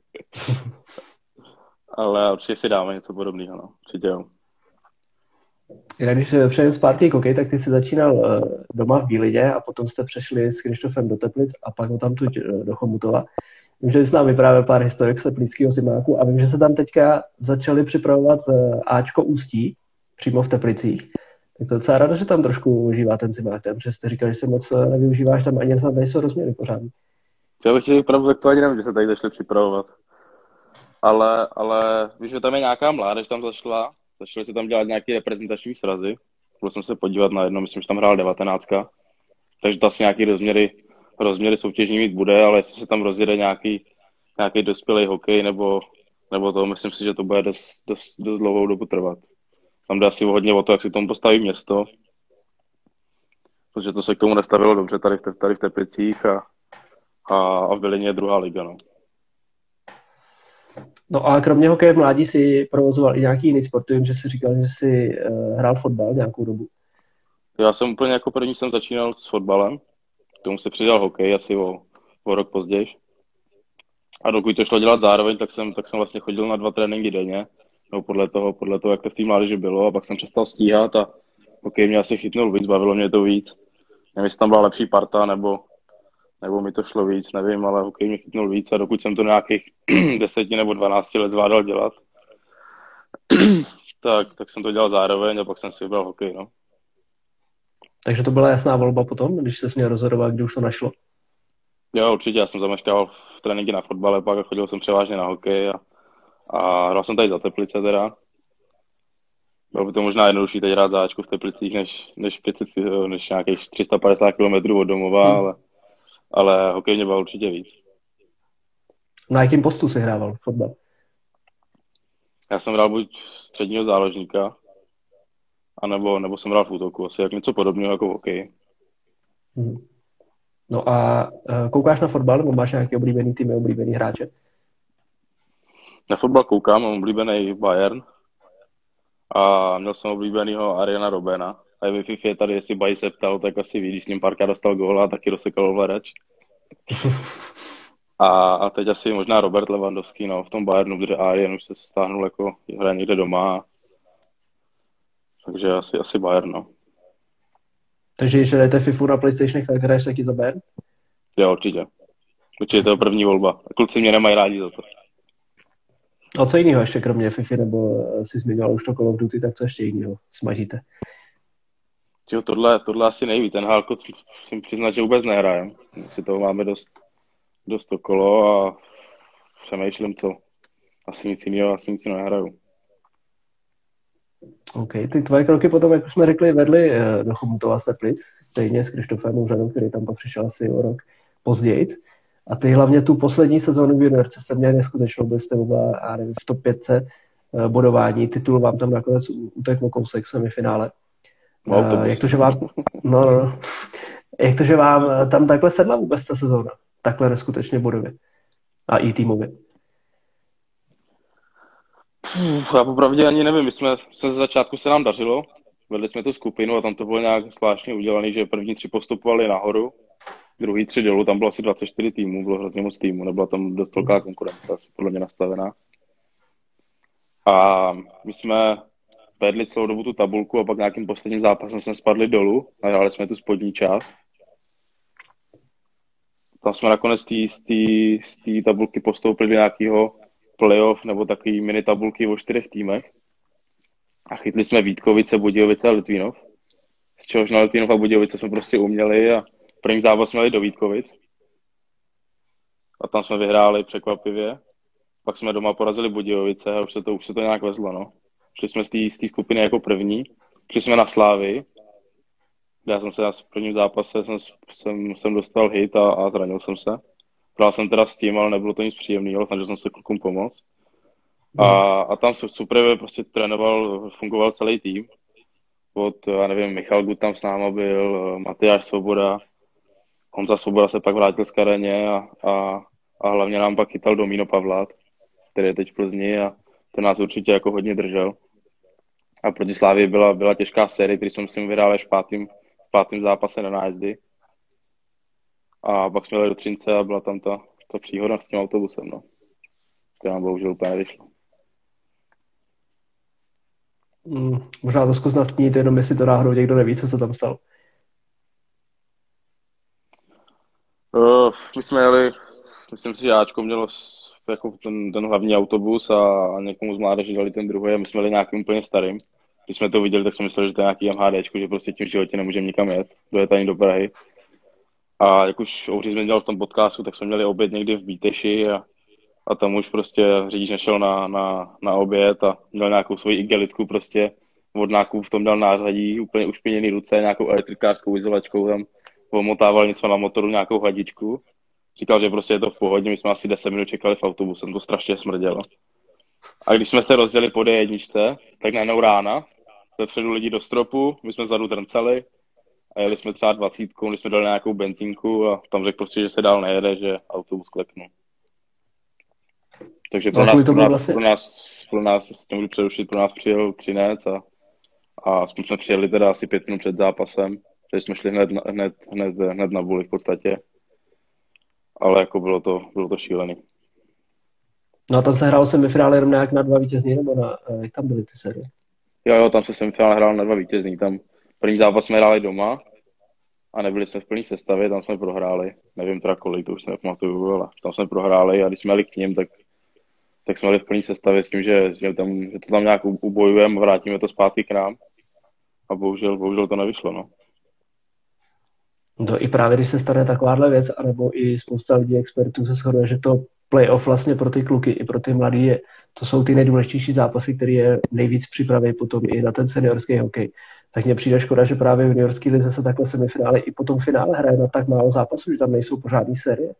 Ale určitě si dáme něco podobného, no. Určitě jo. Jinak když přejdeme zpátky k hokeji, tak ty jsi začínal uh, doma v Bílině a potom jste přešli s Krištofem do Teplic a pak tam tu do Chomutova. Vím, že jsi nám vyprávěl pár historik z teplického zimáku a vím, že se tam teďka začali připravovat uh, Ačko Ústí přímo v Teplicích. Tak to je docela ráda, že tam trošku užívá ten zimák, protože jste říkal, že se moc nevyužíváš, tam ani tam nejsou rozměry pořád. Já bych chtěl pravdu, tak to ani nevím, že se tady začali připravovat. Ale, ale víš, že tam je nějaká mládež, tam zašla, začali se tam dělat nějaké reprezentační srazy. Byl jsem se podívat na jedno, myslím, že tam hrál devatenáctka. Takže to asi nějaký rozměry, rozměry soutěžní mít bude, ale jestli se tam rozjede nějaký, nějaký dospělý hokej, nebo, nebo to, myslím si, že to bude dost, dost, dost dlouhou dobu trvat. Tam jde asi hodně o to, jak si tomu postaví město. Protože to se k tomu nestavilo dobře tady v, te, tady v Teplicích a, a, a v Bylině je druhá liga, no. No a kromě hokeje v mládí si provozoval i nějaký jiný sport. Vím, že jsi říkal, že jsi uh, hrál fotbal nějakou dobu. Já jsem úplně jako první jsem začínal s fotbalem. K tomu se přidal hokej asi o, o rok později. A dokud to šlo dělat zároveň, tak jsem, tak jsem vlastně chodil na dva tréninky denně. No podle toho, podle toho, jak to v té mládeži bylo. A pak jsem přestal stíhat a hokej mě asi chytnul víc, bavilo mě to víc. Nevím, jestli tam byla lepší parta, nebo, nebo mi to šlo víc, nevím, ale hokej mě chytnul víc a dokud jsem to nějakých deseti nebo dvanácti let zvládal dělat, tak, tak jsem to dělal zároveň a pak jsem si vybral hokej, no. Takže to byla jasná volba potom, když se měl rozhodovat, kdy už to našlo? Jo, určitě, já jsem zameškával v tréninky na fotbale, pak chodil jsem převážně na hokej a, a hrál jsem tady za Teplice teda. Bylo by to možná jednodušší teď hrát záčku v Teplicích, než, než, pět set, než nějakých tři sta padesát kilometrů od domova, hmm. ale, ale hokej mě byl určitě víc. Na jakém postu jsi hrával fotbal? Já jsem hrál buď středního záložníka, anebo, nebo jsem hrál v útoku, asi jak něco podobného jako v hokeji. Hmm. No a koukáš na fotbal, nebo máš nějaký oblíbený tým, oblíbený hráče? Na fotbal koukám, mám oblíbený Bayern a měl jsem oblíbenýho Ariana Robena. A ve FIFA tady, jestli Bají se ptal, tak asi ví, když s ním párkrát dostal góla a taky rozsekal ovladač. A, a teď asi možná Robert Lewandowski, no, v tom Bayernu, protože Arian už se stáhnul jako hraje někde doma. Takže asi, asi Bayern, no. Takže když jdete FIFU na PlayStation, tak hraješ taky za Bayern? Jo, určitě. Určitě to je první volba. Kluci mě nemají rádi za to. A co jiného ještě kromě FIFA, nebo si zmiňoval už to Call of Duty, tak co ještě jiného smažíte? Jo, tohle, tohle asi nejví. Ten hálko musím přiznat, že vůbec nehrajem. Si toho máme dost, dost okolo a přemýšlím, co. Asi nic jiného, asi nic jiného nehraju. OK, ty tvoje kroky potom, jak už jsme řekli, vedly do Chomutova z Teplic, stejně s Krištofem Úřadou, který tam pak přišel asi o rok později. A ty hlavně tu poslední sezónu v juniorce jste měli neskutečnou, byli jste oba, já nevím, v top pětce bodování, titul vám tam nakonec utekl o kousek v semifinále. No, jak to, že vám, no, no, jak to, že vám tam takhle sedla vůbec ta sezóna? Takhle neskutečně bodově. A i týmově. Já popravdě ani nevím, my jsme, jsme ze začátku se nám dařilo, vedli jsme tu skupinu a tam to bylo nějak zvláštně udělané, že první tři postupovali nahoru, druhý tři dolů, tam bylo asi dvacet čtyři týmů, bylo hrozně moc týmů, nebyla tam dost velká konkurence, asi podle mě nastavená. A my jsme vedli celou dobu tu tabulku a pak nějakým posledním zápasem jsme spadli dolů a hráli jsme tu spodní část. Tam jsme nakonec z té tabulky postoupili do nějakého playoff nebo takový mini tabulky o čtyřech týmech. A chytli jsme Vítkovice, Budějovice a Litvínov. Z čehož na Litvínov a Budějovice jsme prostě uměli a první zápas jsme jeli do Vítkovic. A tam jsme vyhráli překvapivě. Pak jsme doma porazili Budějovice a už se to, už se to nějak vezlo, no. Šli jsme z té skupiny jako první. Šli jsme na Slávy. Já jsem se na prvním zápase jsem, jsem, jsem dostal hit a, a zranil jsem se. Hrál jsem teda s tím, ale nebylo to nic příjemného, snažil jsem se klukům pomoct. A, a tam super prostě trénoval, fungoval celý tým. Od, já nevím, Michal Gut tam s náma byl, Matyáš Svoboda, Honza Svoboda se pak vrátil z Kareně a, a, a hlavně nám pak chytal Domíno Pavlát, který je teď v Plzni a ten nás určitě jako hodně držel. A proti Slávii byla, byla těžká série, který jsem si vyhrál až v pátém, v pátém zápase na nájezdy. A pak jsme jeli do Třince a byla tam ta, ta příhoda s tím autobusem, no. To nám bohužel úplně nevyšlo. Mm, možná to zkus nastínit, jenom jestli to náhodou někdo neví, co se tam stalo. Uh, my jsme jeli, myslím si, že Ačko mělo jako ten, ten hlavní autobus a, a někomu z mládeže dali ten druhý a my jsme jeli nějakým úplně starým. Když jsme to viděli, tak jsme mysleli, že to je nějaký MHDčko, že prostě tím v životě nemůžeme nikam jet, dojet ani do Prahy. A jak už Ouří jsme měli v tom podcastu, tak jsme měli oběd někdy v Bíteši a, a tam už prostě řidič nešel na, na, na oběd a měl nějakou svoji igelitku prostě vodnáků, v tom dal nářadí, úplně ušpiněný ruce, nějakou elektrikářskou izolačkou tam omotával něco na motoru, nějakou hladičku. Říkal, že prostě je to v pohodě, my jsme asi deset minut čekali v autobuse, to strašně smrdělo. A když jsme se rozdělili po D jedna, tak najednou rána, vepředu lidi do stropu, my jsme vzadu trncali a jeli jsme třeba dvacítkou, když jsme dali nějakou benzínku a tam řekl prostě, že se dál nejede, že autobus kleknul. Takže pro nás, pro nás, vlastně... pro nás, pro nás, s tím budu přerušit, pro nás přijel Třinec a, a jsme přijeli teda asi pět minut před zápasem, takže jsme šli hned, hned, hned, hned na buli v podstatě. Ale jako bylo to, bylo to šílený. No a tam se hrálo semifinále jenom nějak na dva vítězní, nebo na, jak tam byly ty série? Jo, jo, tam se semifinále hrál na dva vítězní. Tam první zápas jsme hráli doma a nebyli jsme v plné sestavě, tam jsme prohráli. Nevím teda kolik, to už se nepamatuju, ale tam jsme prohráli a když jsme jeli k ním, tak, tak jsme jeli v plné sestavě s tím, že, že, tam, že to tam nějak ubojujeme a vrátíme to zpátky k nám. A bohužel, bohužel to nevyšlo, no. To i právě, když se stane takováhle věc, anebo i spousta lidí, expertů se shoduje, že to playoff vlastně pro ty kluky i pro ty mladý je, to jsou ty nejdůležitější zápasy, které je nejvíc připraví potom i na ten seniorský hokej. Tak mně přijde škoda, že právě v juniorský lize se takhle semifinále i potom finále hraje na tak málo zápasů, že tam nejsou pořádný série.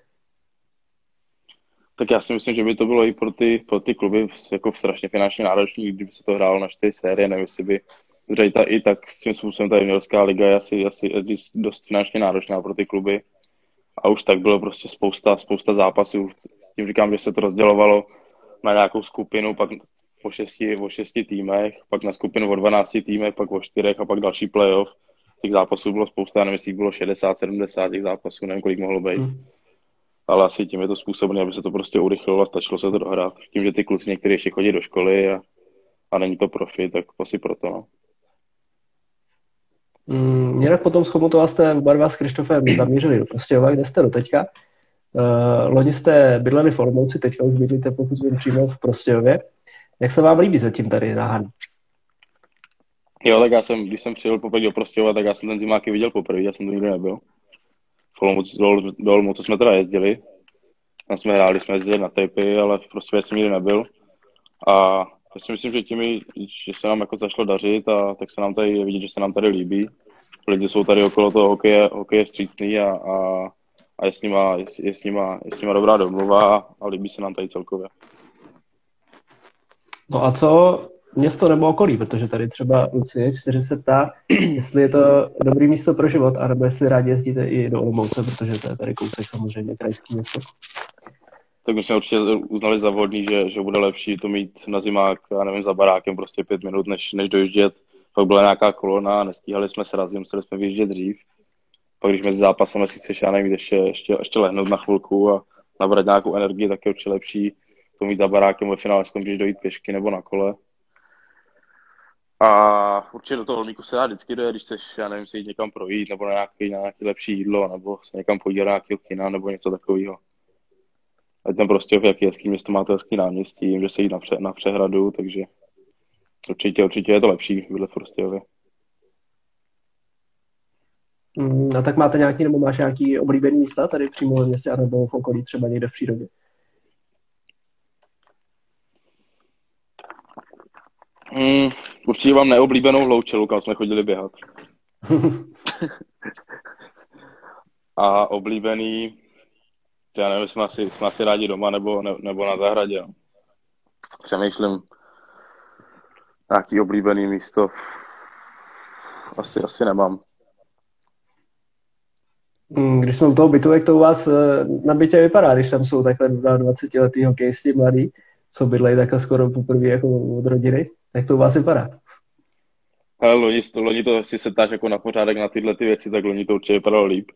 Tak já si myslím, že by to bylo i pro ty, pro ty kluby jako strašně finančně náročný, kdyby se to hrálo na čtyři série, nevím, jestli by ta, i tak s tím způsobem ta juniorská liga je asi, asi dost finančně náročná pro ty kluby. A už tak bylo prostě spousta, spousta zápasů. Tím říkám, že se to rozdělovalo na nějakou skupinu, pak o šesti, o šesti týmech, pak na skupinu o dvanácti týmech, pak o čtyřech a pak další playoff. Těch zápasů bylo spousta, nevím, jestli bylo šedesát, sedmdesát těch zápasů, nevím, kolik mohlo být. Hmm. Ale asi tím je to způsobené, aby se to prostě urychlilo a stačilo se to dohrát. Tím, že ty kluci někteří ještě chodí do školy a, a není to profi, tak asi proto, no. Mm, jinak potom s Chomutová jste oba dva s Krištofem zamířili do Prostějova, kde jste do teďka. Uh, loni jste bydleli v Olomouci, teďka už bydlíte, pokud vím, přímo v Prostějově. Jak se vám líbí zatím tady na Haní? Jo, tak já jsem, když jsem přijel poprvé do Prostějova, tak já jsem ten zimáky viděl poprvé, já jsem to nikdy nebyl. V Olomouci, do, do Olomouce jsme teda jezdili. Tam jsme hráli, jsme jezdili na tapy, ale v Prostějově jsem nikdy nebyl. A já si myslím, že tím, že se nám jako začalo dařit, a tak se nám tady je vidět, že se nám tady líbí. Lidi jsou tady okolo toho hokeje, hokeje vstřícný a, a, a je, s nima, je, je, s nima, je s nima dobrá domluva a líbí se nám tady celkově. No a co město nebo okolí, protože tady třeba Lucie čtyři se ptá, jestli je to dobrý místo pro život, anebo jestli rádi jezdíte i do Olomouce, protože to je tady kousek samozřejmě krajský město. Tak my jsme určitě uznali za vhodný, že, že bude lepší to mít na zimák, já nevím, za barákem prostě pět minut, než, než dojíždět. Pak byla nějaká kolona, nestíhali jsme srazit, museli jsme vyjíždět dřív. Pak když mezi zápasem si chceš, já nevím, ještě, ještě, ještě lehnout na chvilku a nabrat nějakou energii, tak je určitě lepší to mít za barákem ve finále, že můžeš dojít pěšky nebo na kole. A určitě do toho Holmíku se dá vždycky dojít, když chceš, já nevím, si jít někam projít, nebo na nějaký, na nějaký lepší jídlo, nebo se někam podívat na nějakého kina, nebo něco takového. A ten prostě, jaký hezký město má to hezký náměstí, že se jít na, pře, na přehradu, takže určitě, určitě je to lepší bydlet v Prostějově. Mm, a tak máte nějaký, nebo máš nějaký oblíbený místa tady přímo ve městě, anebo v okolí třeba někde v přírodě? Mm, určitě mám neoblíbenou Loučelu, kam jsme chodili běhat. A oblíbený, já nevím, jsme asi, jsme asi rádi doma nebo, ne, nebo na zahradě. No. Přemýšlím, nějaký oblíbený místo. Asi, asi nemám. Když jsme u toho bytu, jak to u vás na bytě vypadá, když tam jsou takhle dvacetiletý hokejisti mladí, co bydlejí takhle skoro poprvé jako od rodiny. Jak to u vás vypadá? Ale loni, to, loni to, si se ptáš jako na pořádek na tyhle ty věci, tak loni to určitě vypadalo líp.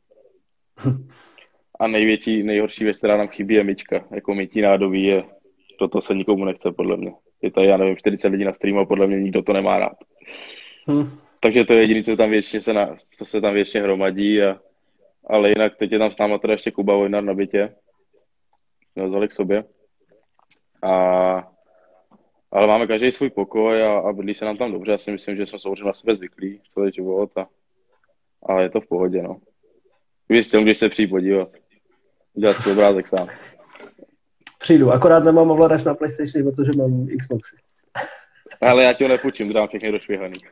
A největší, nejhorší věc, která nám chybí, je myčka. Jako mytí nádobí je, toto se nikomu nechce, podle mě. Je tady, já nevím, čtyřicet lidí na streamu a podle mě nikdo to nemá rád. Hmm. Takže to je jediné, co tam většině se, na, co se tam většině hromadí. A, ale jinak teď je tam s náma teda ještě Kuba Vojnar na bytě. Jsme vzali k sobě. A, ale máme každý svůj pokoj a, a bydlí se nám tam dobře. Já si myslím, že jsme samozřejmě na sebe zvyklí celý život a, a je to v pohodě, no. Víš, když se přijít podívat. Dělat si obrázek sám. Přijdu, akorát nemám ovladač na PlayStation, protože mám Xboxy. Ale já ti ho nepůjčím, dám všechny došvihaný.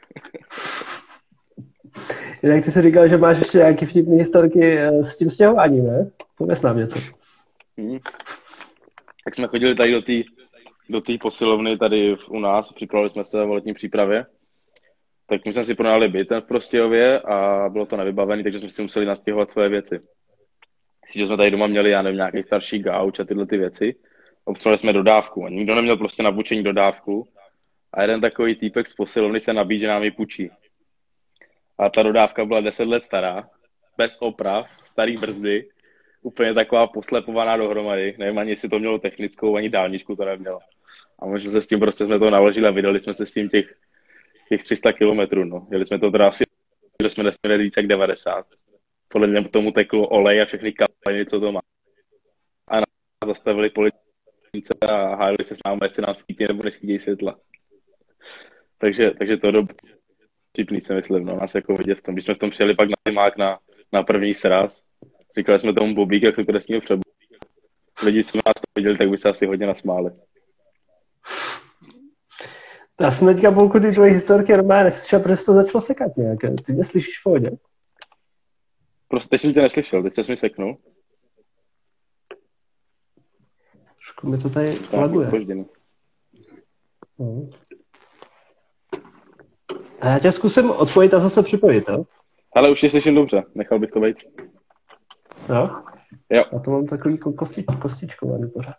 Jinak ty jsi říkal, že máš ještě nějaké vtipné historky s tím stěhováním, ne? Pověz nám něco. Hmm. Tak jsme chodili tady do té do té posilovny tady u nás, připravili jsme se v letní přípravě. Tak my jsme si pronajali byt v Prostějově a bylo to nevybavené, takže jsme si museli nastěhovat svoje věci. Že jsme tady doma měli, já nevím, nějaký starší gauč a tyhle ty věci. Obstřeli jsme dodávku a nikdo neměl prostě na půjčení dodávku. A jeden takový týpek z posilovny se nabídl, že nám ji půjčí. A ta dodávka byla deset let stará, bez oprav, starý brzdy, úplně taková poslepovaná dohromady. Nevím ani, jestli to mělo technickou, ani dálničku to nemělo. A my jsme se s tím prostě jsme to naložili a vydali jsme se s tím těch, těch tři sta kilometrů. No. Jeli jsme to teda asi, že jsme nesměli víc jak devadesát. Podle mě tomu teklo olej a všechny kaliny, co to má. A nás zastavili policajti a hájili se s námi, jestli nám skýtí nebo neskýtí světla. Takže, takže to do vtipný, si myslím, no, nás jako vidět v tom. Když jsme v tom přijeli pak na zimák na, na první sraz, říkali jsme tomu Bobík, jak se kresního přebu. Lidi, co nás to viděli, tak by se asi hodně nasmáli. Já jsem teďka půlku ty tvojí historky normálně neslyšel, protože to začalo sekat nějak. Ty mě slyšíš v pohodě? Prostě teď jsem tě neslyšel, teď jsi mi seknul. Trošku mi to tady laguje. No. A já tě zkusím odpojit a zase připojit, jo? Ale už je slyším dobře, nechal bych to být. Jo? Jo. A to mám takový kostič, kostičkovaný pořád.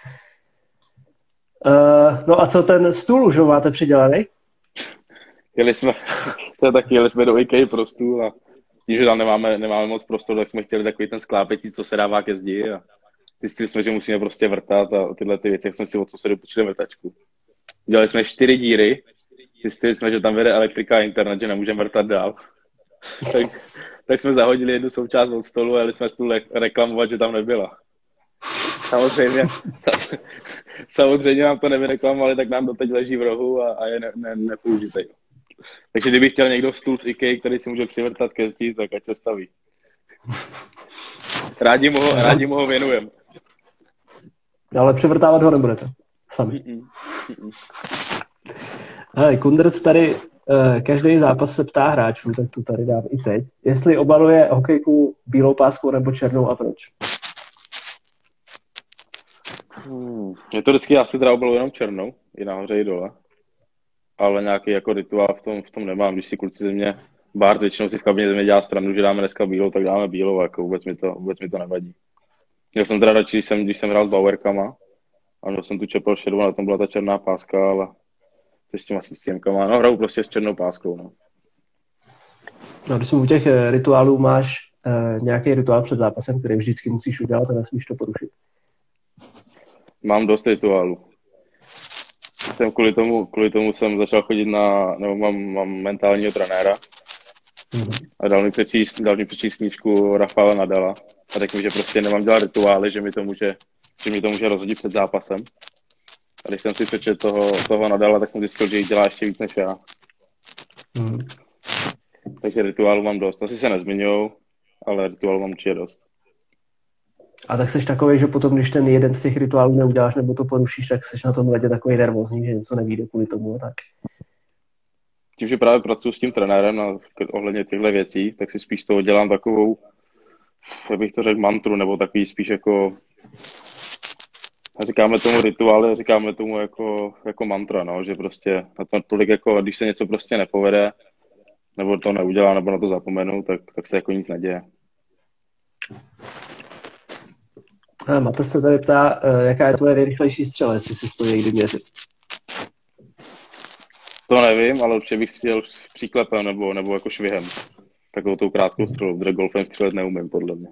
Uh, no a co ten stůl už ho máte přidělaný? Jeli jsme, to je taky, jeli jsme do IKEA pro stůl a tím, že tam nemáme, nemáme moc prostoru, tak jsme chtěli takový ten sklápětí, co se dává ke zdi a zjistili jsme, že musíme prostě vrtat a tyhle ty věci, jak jsme si od sousedu půjčili vrtačku. Dělali jsme čtyři díry, zjistili jsme, že tam vede elektrika a internet, že nemůžeme vrtat dál. tak, tak jsme zahodili jednu součást od stolu a jeli jsme stůl reklamovat, že tam nebyla. Samozřejmě, samozřejmě nám to nevyreklamovali, tak nám to teď leží v rohu a, a je ne, ne, nepoužitej. Takže kdyby chtěl někdo stůl z IKEA, který si může přivrtat ke zdi, tak ať se staví. Rádi mu ho, rádi mu ho věnujem. Ale převrtávat ho nebudete sami. Mm-mm. Mm-mm. Hele, Kundrc tady uh, každý zápas se ptá hráčů, tak to tady dám i teď. Jestli obaluje hokejku bílou páskou nebo černou a proč? Hmm. Je to vždycky, já si teda obaluji jenom černou, i nahoře, i dole. Ale nějaký jako rituál v tom, v tom nemám. Když si kluci ze mě, Bart většinou si v kabině ze mě dělá stranu, že dáme dneska bílou, tak dáme bílou, jako vůbec mi to, vůbec mi to nevadí. Já jsem teda radši, když jsem, když jsem hrál s Bauerkama, a měl jsem tu čepel šedou, na tom byla ta černá páska, ale ty s těma systémkama, no hraju prostě s černou páskou, no. No, když jsme u těch rituálů, máš uh, nějaký rituál před zápasem, který vždycky musíš udělat a nesmíš to porušit? Mám dost rituálů. Jsem kvůli tomu, kvůli tomu jsem začal chodit na, nebo mám, mám mentálního trenéra. Mm-hmm. A dal mi přečíst, dal mi přečíst knížku Rafaela Nadala. A řekl mi, že prostě nemám dělat rituály, že mi to může, že mi to může rozhodit před zápasem. A když jsem si přečetl toho, toho Nadala, tak jsem zjistil, že jich dělá ještě víc než já. Mm. Takže rituálu mám dost. Asi se nezmiňujou, ale rituálu mám určitě dost. A tak jsi takový, že potom, když ten jeden z těch rituálů neuděláš nebo to porušíš, tak jsi na tom ledě takový nervózní, že něco nevíde kvůli tomu a tak. Tím, že právě pracuji s tím trenérem na, ohledně těchto věcí, tak si spíš z toho dělám takovou, jak bych to řekl, mantru, nebo takový spíš jako, říkáme tomu rituály, říkáme tomu jako, jako mantra, no, že prostě na to tolik jako, když se něco prostě nepovede, nebo to neudělá, nebo na to zapomenu, tak, tak se jako nic neděje. A Mate se tady ptá, jaká je tvoje nejrychlejší střela, jestli si to někdy měřit. To nevím, ale určitě bych chtěl příklepem nebo, nebo jako švihem. Takovou tou krátkou střelou, protože golfem střelet neumím, podle mě.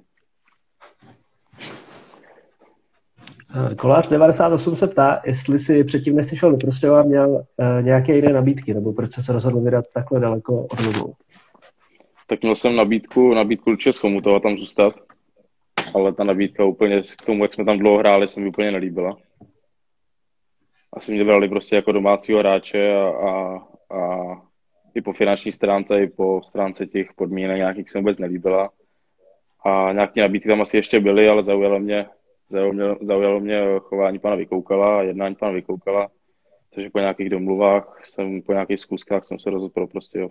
Kolář devadesát osm se ptá, jestli si předtím, než jsi šel do Prostějova, měl uh, nějaké jiné nabídky, nebo proč jsi se rozhodl vydat takhle daleko od domu? Tak měl jsem nabídku, nabídku určitě z Chomutova tam zůstat, ale ta nabídka úplně k tomu, jak jsme tam dlouho hráli, se mi úplně nelíbila. Asi mě brali prostě jako domácího hráče a, a, a i po finanční stránce, i po stránce těch podmínek nějakých se vůbec nelíbila. A nějaké nabídky tam asi ještě byly, ale zaujalo mě, zaujalo mě, zaujalo mě chování pana Vykoukala a jednání pana Vykoukala. Takže po nějakých domluvách, jsem, po nějakých zkuskách jsem se rozhodl pro Prostějov.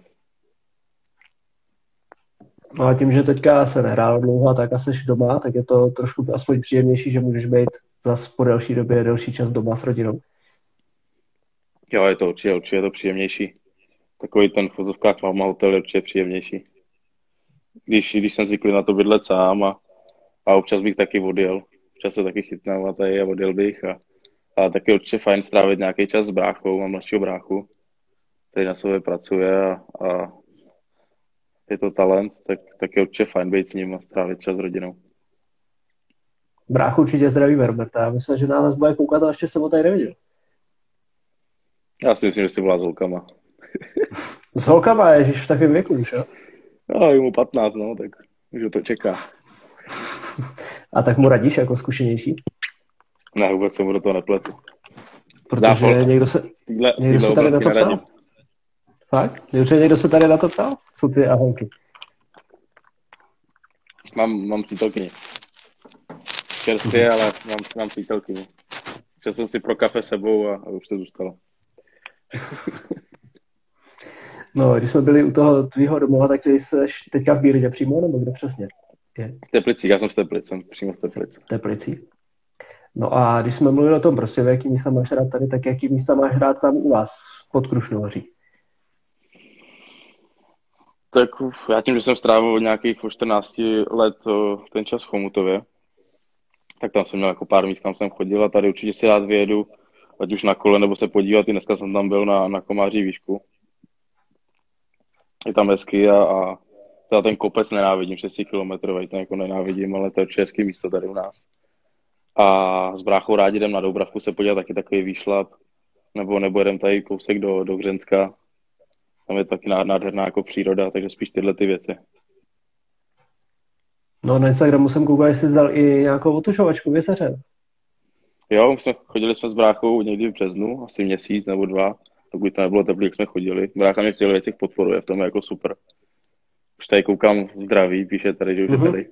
No a tím, že teďka se nehrál dlouho a tak a seš doma, tak je to trošku aspoň příjemnější, že můžeš být zas po delší době, delší čas doma s rodinou. Jo, je to určitě, určitě je to příjemnější. Takový ten v fotovkách Mama hotel je určitě příjemnější. Když, když jsem zvyklý na to bydlet sám a, a občas bych taky odjel. Občas se taky chytnul a tady a odjel bych. A, a taky určitě fajn strávit nějaký čas s bráchou, mám mladšího bráchu, který na sobě pracuje a, a je to talent, tak, tak je určitě fajn být s ním a strávit čas s rodinou. Bráchu určitě zdravíme, Roberta. Já myslím, že na nás bude koukat a ještě jsem ho tady neviděl. Já si myslím, že jsi byla s holkama. S holkama, ježiš, v takovém věku už, jo? No, je mu patnáct, no, tak už to čeká. A tak mu radíš jako zkušenější? Ne, vůbec se mu do toho nepletu. Protože někdo se, týhle, někdo se tady na to ptal? Fakt? Protože někdo se tady na to ptal? Co ty a holky? Mám, mám přítelkyni. Čerstvě, ale mám, mám přítelkyni. Šel jsem si pro kafe sebou a, a už to zůstalo. No, když jsme byli u toho tvýho domova, tak ty jsi teďka v Bílině přímo, nebo kde přesně? Je. V Teplicích, já jsem v Teplici, jsem přímo v Teplici. V Teplicích. No a když jsme mluvili o tom prostě, v jaký místa máš hrát tady, tak jaký místa máš hrát tam u vás pod Krušnohoří? Tak já tím, že jsem strávil od nějakých čtrnácti let ten čas v Chomutově, tak tam jsem měl jako pár míst, kam jsem chodil a tady určitě si rád vyjedu, ať už na kole, nebo se podívat. I dneska jsem tam byl na, na Komáří výšku. Je tam hezky a, a teda ten kopec nenávidím, šest kilometrový, ten jako nenávidím, ale to je hezký místo tady u nás. A s bráchou rádi jdem na Doubravku se podívat, taky takový výšlap, nebo, nebo jdem tady kousek do, do Hřenska. Tam je taky nádherná jako příroda, takže spíš tyhle ty věci. No na Instagramu jsem koukal, jestli vzal i nějakou otužovačku v Jezeře. Jo, my jsme, chodili jsme s bráchou někdy v březnu, asi měsíc nebo dva, dokud to nebylo teplý, jak jsme chodili. Brácha mě v těch věcech podporuje, v tom je jako super. Už tady koukám zdraví, píše tady, že už je tady.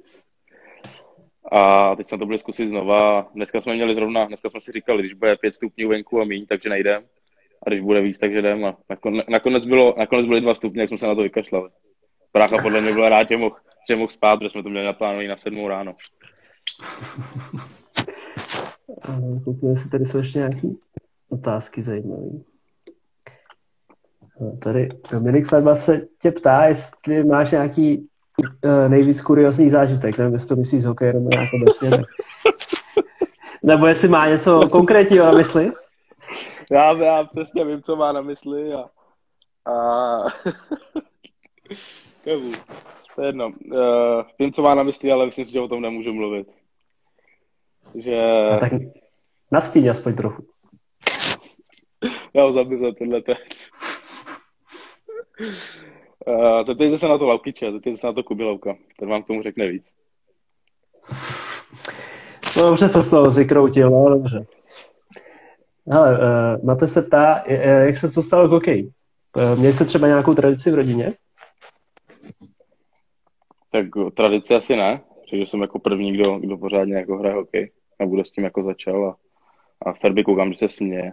A teď jsme to byli zkusit znova. Dneska jsme měli zrovna, dneska jsme si říkali, když bude pět stupňů venku a míň, takže nejdem. A když bude víc, takže jdem. A nakonec, bylo, nakonec byly dva stupně, jak jsme se na to vykašlali. Brácha podle mě byl rád, že mohl, že mohl spát, protože jsme to měli naplánovaný na sedmou ráno. Koukněme si, tady jsou ještě nějaké otázky zajímavé. Tady Dominik Farba se tě ptá, jestli máš nějaký uh, nejvíc kuriózní zážitek. Nevím, jestli to myslíš z hokeje, nebo nějak obecně. Tak... nebo jestli má něco konkrétního na mysli. Já, já přesně vím, co má na mysli a... a... Kevu, to je jedno. Uh, vím, co má na mysli, ale myslím si, že o tom nemůžu mluvit. Že... A tak nastíň aspoň trochu. Já ho zabiju tenhle ten. Uh, zeptejte se na to Laukiče, zeptejte se na to Kubilovka. Ten vám k tomu řekne víc. No dobře se z toho vykroutil, no dobře. Hele, uh, Mate se ptá, jak se to stalo k hokeji? Uh, měli jste třeba nějakou tradici v rodině? Tak tradici asi ne, protože jsem jako první, kdo, kdo pořádně jako hraje hokej. A budu s tím jako začal a, a Ferby koukám, že se směje.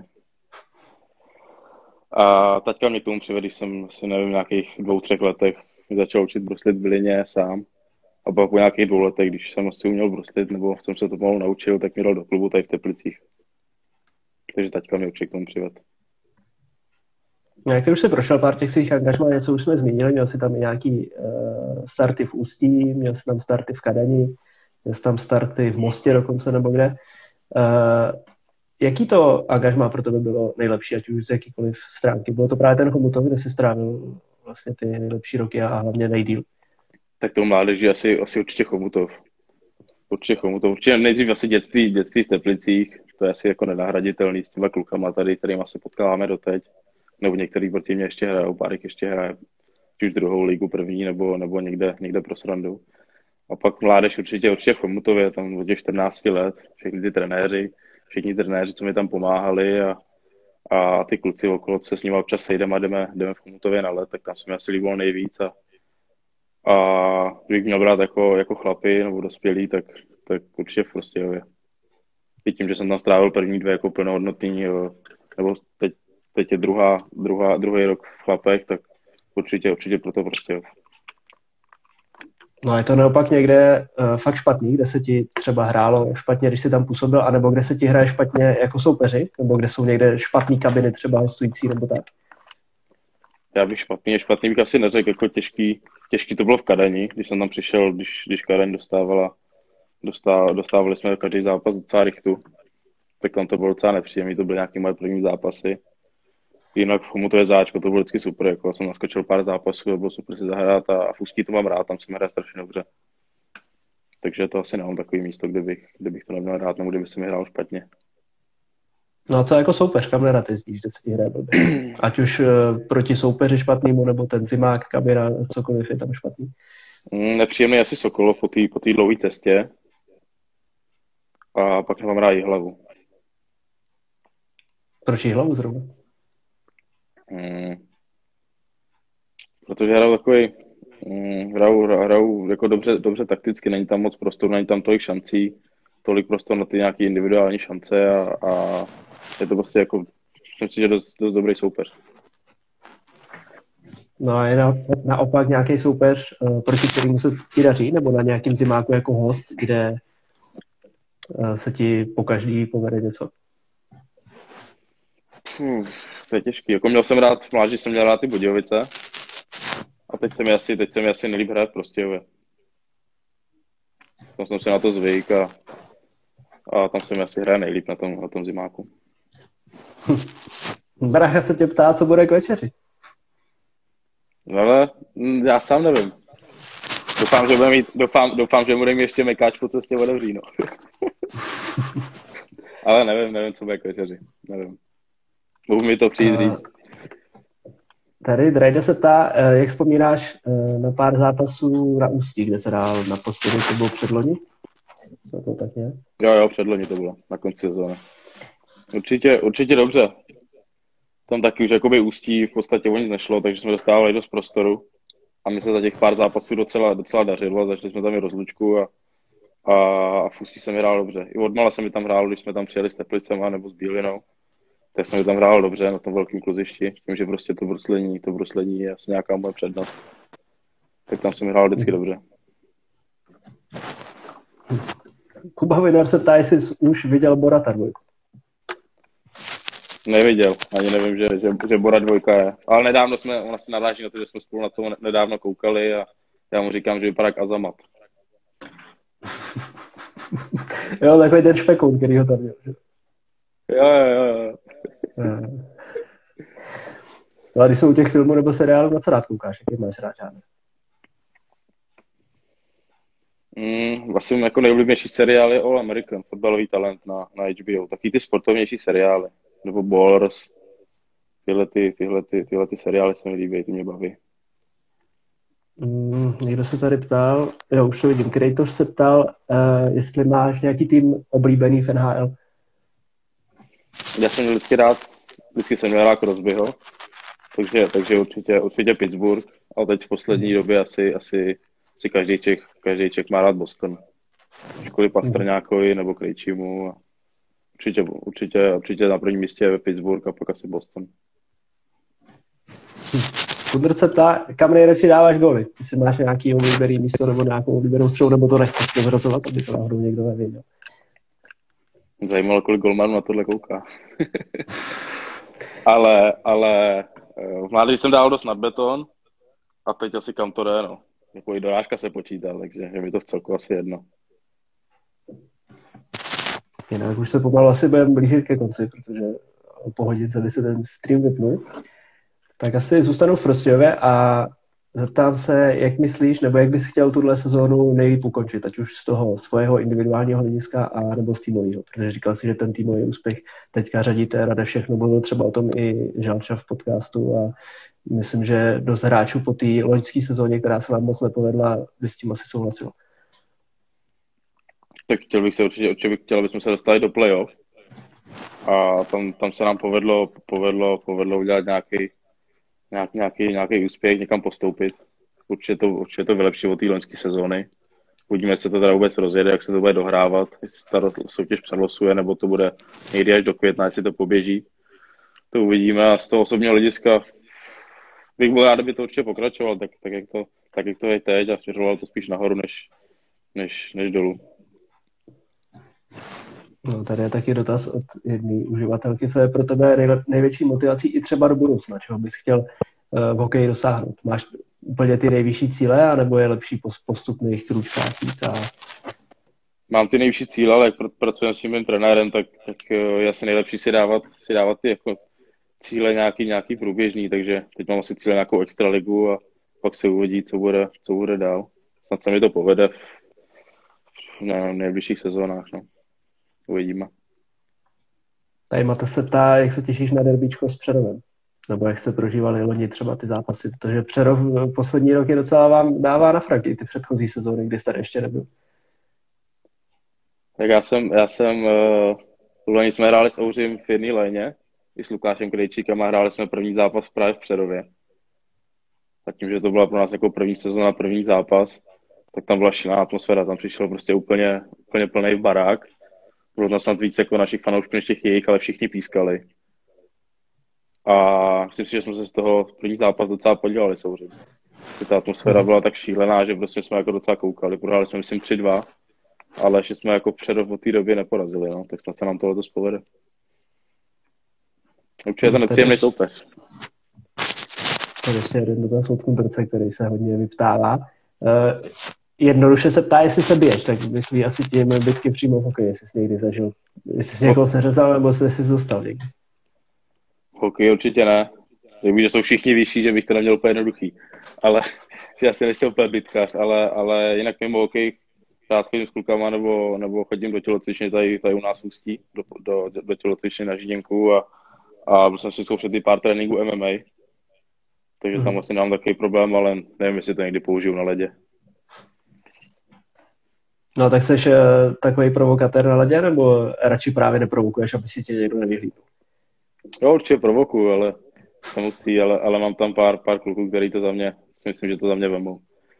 A taťka mě k tomu přivedl, když jsem si nevím, v nějakých dvou, třech letech začal učit bruslit v Bylině sám. A pak po nějakých dvou letech, když jsem asi uměl bruslit, nebo jsem se to pomalu naučil, tak mě dal do klubu tady v Teplicích. Takže taťka mě určitě k tomu přived. Jak ty už jsi prošel pár těch svých angažmá, něco už jsme zmínili, měl jsi tam i nějaký uh, starty v Ústí, měl jsi tam starty v Kadani, Měl jsi tam starty v Mostě dokonce nebo kde. Uh, jaký to angažmá pro tebe bylo nejlepší, ať už z jakýkoliv stránky? Bylo to právě ten Chomutov, kde jsi strávil vlastně ty nejlepší roky a hlavně nejdýl? Tak to mládeži asi, asi určitě Chomutov. Určitě Chomutov. Určitě nejdřív asi dětství, dětství v Teplicích. To je asi jako nenahraditelný s těma klukama tady, kterýma se potkáváme doteď. Nebo některý proti mě ještě hrajou, pár ještě hraje už druhou ligu první nebo, nebo někde, někde pro srandu. A pak mládež určitě, určitě v Chomutově, tam od těch čtrnácti let, všichni ty trenéři, všichni trenéři, co mi tam pomáhali a, a ty kluci okolo, co se s nimi občas sejdeme a jdeme, jdeme v Chomutově na let, tak tam se mi asi líbilo nejvíc. A, a kdybych měl brát jako, jako chlapy nebo dospělí, tak, tak určitě v Prostějově. I tím, že jsem tam strávil první dvě jako plnohodnotný, nebo teď, teď je druhá, druhá, druhý rok v chlapech, tak určitě, určitě proto Prostějov. No je to naopak někde uh, fakt špatný, kde se ti třeba hrálo špatně, když jsi tam působil, anebo kde se ti hraje špatně jako soupeři, nebo kde jsou někde špatný kabiny třeba hostující, nebo tak? Já bych špatný, špatný bych asi neřekl, jako těžký, těžký to bylo v Kadani, když jsem tam přišel, když, když Kadaň dostávala, dostá, dostávali jsme každý zápas docela rychtu, tak tam to bylo docela nepříjemný, to byly nějaké moje první zápasy. Jinak v Chomutově záčko to bylo vždycky super, jako jsem naskočil pár zápasů, to bylo super si zahrát a, a v Ústí to mám rád, tam se mi hraje strašně dobře. Takže to asi nemám takový místo, kde bych, kde bych to neměl rád, nebo kdyby se mi hrál špatně. No a co jako soupeř, kam nerad jezdíš, kde se ti hraje blbě? Ať už uh, proti soupeři špatnýmu, nebo ten zimák, kabina, cokoliv je tam špatný. Mm, nepříjemný asi Sokolov po té po té dlouhé cestě a pak nemám rád Jihlavu. Proč Jihlavu zrovna? Mm, protože hraju takový, mm, hraju, hraju jako dobře, dobře takticky, není tam moc prostoru, není tam tolik šancí, tolik prostor na ty nějaké individuální šance a, a je to prostě jako, myslím si, že dost, dost dobrý soupeř. No a je na, naopak nějaký soupeř, uh, proti kterému se ti daří, nebo na nějakým zimáku jako host, kde uh, se ti po každý povede něco? Hmm, to je těžký. Jako měl jsem rád, v mláži jsem měl rád ty Budějovice a teď se mi asi, teď se mi asi nelíbí hrát v Prostějově. Tam jsem si na to zvyk a, a tam se mi asi hraje nejlíp na tom, na tom zimáku. Bracha se tě ptá, co bude k večeři. No ale já sám nevím. Doufám, že bude mít, doufám, doufám, že bude mít ještě mekáč po cestě otevří, no. Ale nevím, nevím, co bude k večeři. Nevím. Mohu mi to přijít říct. Tady Drejda se ptá, jak vzpomínáš na pár zápasů na Ústí, kde se hrál naposledy, to bylo předloni? Co to tak je? Jo, jo, předloni to bylo, na konci sezóny. Určitě, určitě dobře. Tam taky už jakoby Ústí v podstatě o nic nešlo, takže jsme dostávali dost prostoru. A my se za těch pár zápasů docela, docela dařilo, začali jsme tam i rozlučku a, a, a v Ústí se mi hrál dobře. I odmala se mi tam hrálo, když jsme tam přijeli s Teplicema nebo s Bílinou. Tak jsem mi tam hrál dobře na tom velkém kluzišti, tím, že prostě to bruslení, to bruslení je asi nějaká moje přednost. Tak tam jsem hrál vždycky dobře. Kuba Vidar se ptá, jestli jsi už viděl Borata dvojku. Neviděl, ani nevím, že, že, že Bora dvojka je. Ale nedávno jsme, on asi naráží na to, že jsme spolu na to nedávno koukali a já mu říkám, že vypadá jak Azamat. Jo, takový ten špekun, který ho tam měl. Jo, jo, jo. No a když jsou u těch filmů nebo seriálů, na co rád koukáš? Jaký máš rád žádný? Mm, vlastně jako nejoblíbenější seriál je All American, fotbalový talent na, na H B O. Taky ty sportovnější seriály. Nebo Ballers. Tyhle, ty, tyhle, ty, tyhle ty seriály se mi líbí, ty mě baví. Mm, někdo se tady ptal, jo, už to vidím, Kratos se ptal, uh, jestli máš nějaký tým oblíbený v N H L. Já jsem měl vždycky rád, vždycky jsem měl rád Crosbyho, takže, takže určitě, určitě Pittsburgh, a teď v poslední době asi, asi, asi každý Čech, každý Čech má rád Boston. Školy Pastrňákovi nebo Krejčímu. Určitě, určitě, určitě na prvním místě je Pittsburgh a pak asi Boston. Kudr se ptá, kam nejradši dáváš góly? Jestli máš nějaký oblíbený místo nebo nějakou oblíbenou střelu, nebo to nechceš prozrazovat, aby to náhodou někdo nevěděl. Zajímalo, kolik golmanů na tohle kouká. ale, ale v mládeži jsem dával dost nad beton a teď asi kam to jde, no. Jako i dorážka se počítá, takže je mi to v celku asi jedno. Jinak už se pomalu asi budeme blížit ke konci, protože po hodince by se ten stream vypnul. Tak asi zůstanu v Prostějově a zeptám se, jak myslíš, nebo jak bys chtěl tuhle sezónu nejlíp ukončit, ať už z toho svého individuálního hlediska a nebo z týmového, protože říkal si, že ten týmový úspěch teďka řadíte nade všechno, mluvil třeba o tom i Žalča v podcastu a myslím, že dost hráčů po té loňské sezóně, která se vám moc nepovedla, by s tím asi souhlasilo. Tak chtěl bych se určitě, určitě bych chtěl, abychom se dostali do playoff a tam, tam se nám povedlo, povedlo, povedlo udělat nějaký, nějaký, nějaký, nějaký úspěch, někam postoupit. Určitě to, určitě to vylepší od té loňské sezóny. Uvidíme, jestli to teda vůbec rozjede, jak se to bude dohrávat, jestli ta soutěž přelosuje, nebo to bude někdy až do května, jestli to poběží. To uvidíme a z toho osobního hlediska bych byl rád, aby to určitě pokračoval, tak, tak, jak, to, tak jak to je teď a směřoval to spíš nahoru, než, než, než dolů. No, tady je taky dotaz od jedné uživatelky, co je pro tebe největší motivací i třeba do budoucna, čeho bys chtěl uh, v hokeji dosáhnout. Máš úplně ty nejvyšší cíle, anebo je lepší postupných krůčkách jít a... Mám ty nejvyšší cíle, ale jak pr- pracujeme s tím mým trenérem, tak, tak uh, je asi nejlepší si dávat, si dávat ty jako cíle nějaký, nějaký průběžný, takže teď mám asi cíle nějakou extraligu a pak se uvidí, co bude, co bude dál. Snad se mi to povede v, v nejbližších sezónách, no. Uvidíme. Tady Mate se ptá, jak se těšíš na derbíčko s Přerovem? Nebo jak jste prožívali loni třeba ty zápasy, protože Přerov poslední roky docela vám dává na frak i ty předchozí sezóny, kdy jste ještě nebyl. Tak já jsem, já jsem uh, loni jsme hráli s Ouřím v jedné léně, i s Lukášem Krejčíkem a hráli jsme první zápas právě v Přerově. A tím, že to byla pro nás jako první sezóna, první zápas, tak tam byla šílená atmosféra, tam přišel prostě úplně, úplně plný barák. Bylo tam snad víc jako našich fanoušků než těch jejich, ale všichni pískali. A myslím si, že jsme se z toho první zápas docela podělali samozřejmě. Ta atmosféra byla tak šílená, že prostě jsme jako docela koukali. Prohráli jsme myslím tři dva, ale ještě jsme jako Přerov od té době neporazili, no. Tak snad se nám tohle spovede. Určitě je to nepříjemný soupeř. To je ještě jeden dotaz od Kundrce, který se hodně vyptává. Uh, jednoduše se ptá, jestli se biješ, tak myslí asi tím bitky přímo v hokeji, jestli jsi někdy zažil. Jestli jsi někoho seřezal, nebo jsi si dostal někdy. Hokej určitě ne. Vím, že jsou všichni vyšší, že bych to neměl úplně jednoduchý. Ale že já si nejsem úplně bitkař, ale, ale jinak mimo hokej rád chodím s klukama nebo, nebo chodím do tělocvičny tady, tady u nás v Ústí, do, do, do tělocvičny na Žíněnku a, a byl jsem si zkoušet i pár tréninků M M A. Takže tam asi nemám takový problém, ale nevím, jestli to někdy použiju na ledě. No tak jsi uh, takový provokatér na ledě, nebo radši právě neprovokuješ, aby si tě někdo nevyhlídl? Jo, určitě provokuju, ale to musí, ale, ale mám tam pár, pár kluků, který to za mě, si myslím, že to za mě vemou.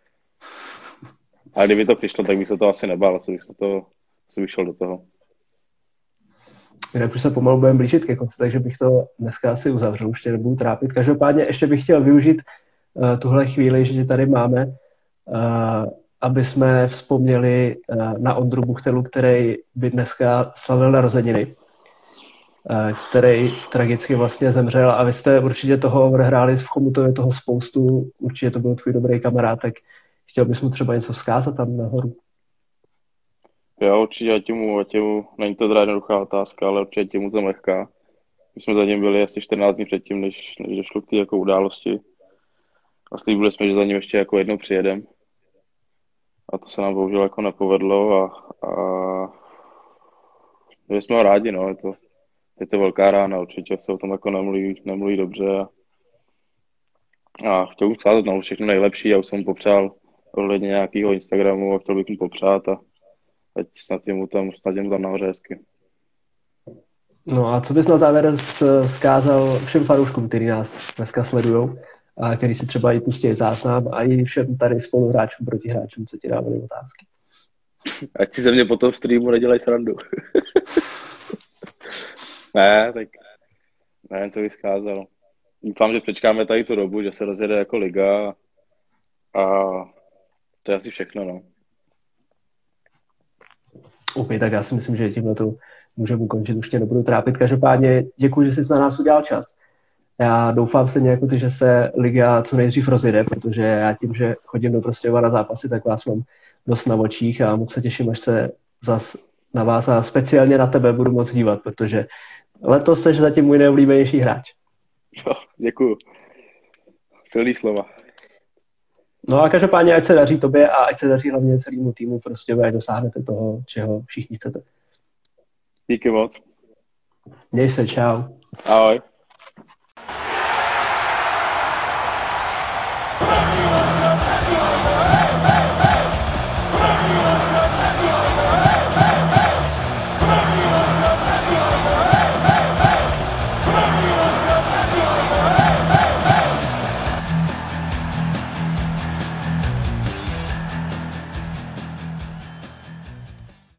A kdyby to přišlo, tak bych se to asi nebál, co bych se to, co bych šel do toho. Jinak už se pomalu budeme blížit ke konci, takže bych to dneska asi uzavřel, už tě nebudu trápit. Každopádně ještě bych chtěl využít uh, tuhle chvíli, že tě tady máme, uh, aby jsme vzpomněli uh, na Ondru Buchtelu, který by dneska slavil narozeniny, uh, který tragicky vlastně zemřel a vy jste určitě toho odehráli v Chomutově toho spoustu, určitě to byl tvůj dobrý kamarád, tak chtěl bys mu třeba něco vzkázat tam nahoru? Jo, určitě ať mu, ať mu, není to teda jednoduchá otázka, ale určitě mu tam lehká. My jsme zatím byli asi čtrnáct dní předtím, než, než došlo k té jako události. A slíbili jsme, že za ním ještě jako jednou přijedem. A to se nám bohužel jako nepovedlo a, a my jsme ho rádi, no, je to, je to velká rána, určitě se o tom jako nemluví, nemluví dobře. A, a chtěl bych vzkázat no, všechno nejlepší, já už jsem mu popřál ohledně nějakého Instagramu a chtěl bych mu popřát a ať snad jemu tam, snad jemu tam nahoře hezky. No a co bys na závěr vzkázal všem fanouškům, kteří nás dneska sledujou a který si třeba i pustí záznam a i všem tady spoluhráčům, protihráčům, co ti dávali otázky? Ať si ze mě po tom streamu nedělej srandu. Ne, tak nevím, co bych vzkázal. Doufám, že přečkáme tady tu dobu, že se rozjede jako liga a to je asi všechno, no. OK, tak já si myslím, že tímhle to můžeme ukončit, už tě nebudu trápit. Každopádně děkuji, že jsi na nás udělal čas. Já doufám se nějak, že se liga co nejdřív rozjede, protože já tím, že chodím do Prostějova na zápasy, tak vás mám dost na očích a moc se těším, až se zas na vás a speciálně na tebe budu moc dívat, protože letos jsi zatím můj nejoblíbenější hráč. Jo, děkuju. Silný slova. No a každopádně, ať se daří tobě a ať se daří hlavně celému týmu, prostě ať dosáhnete toho, čeho všichni chcete. Díky moc. Měj se, čau. Ahoj.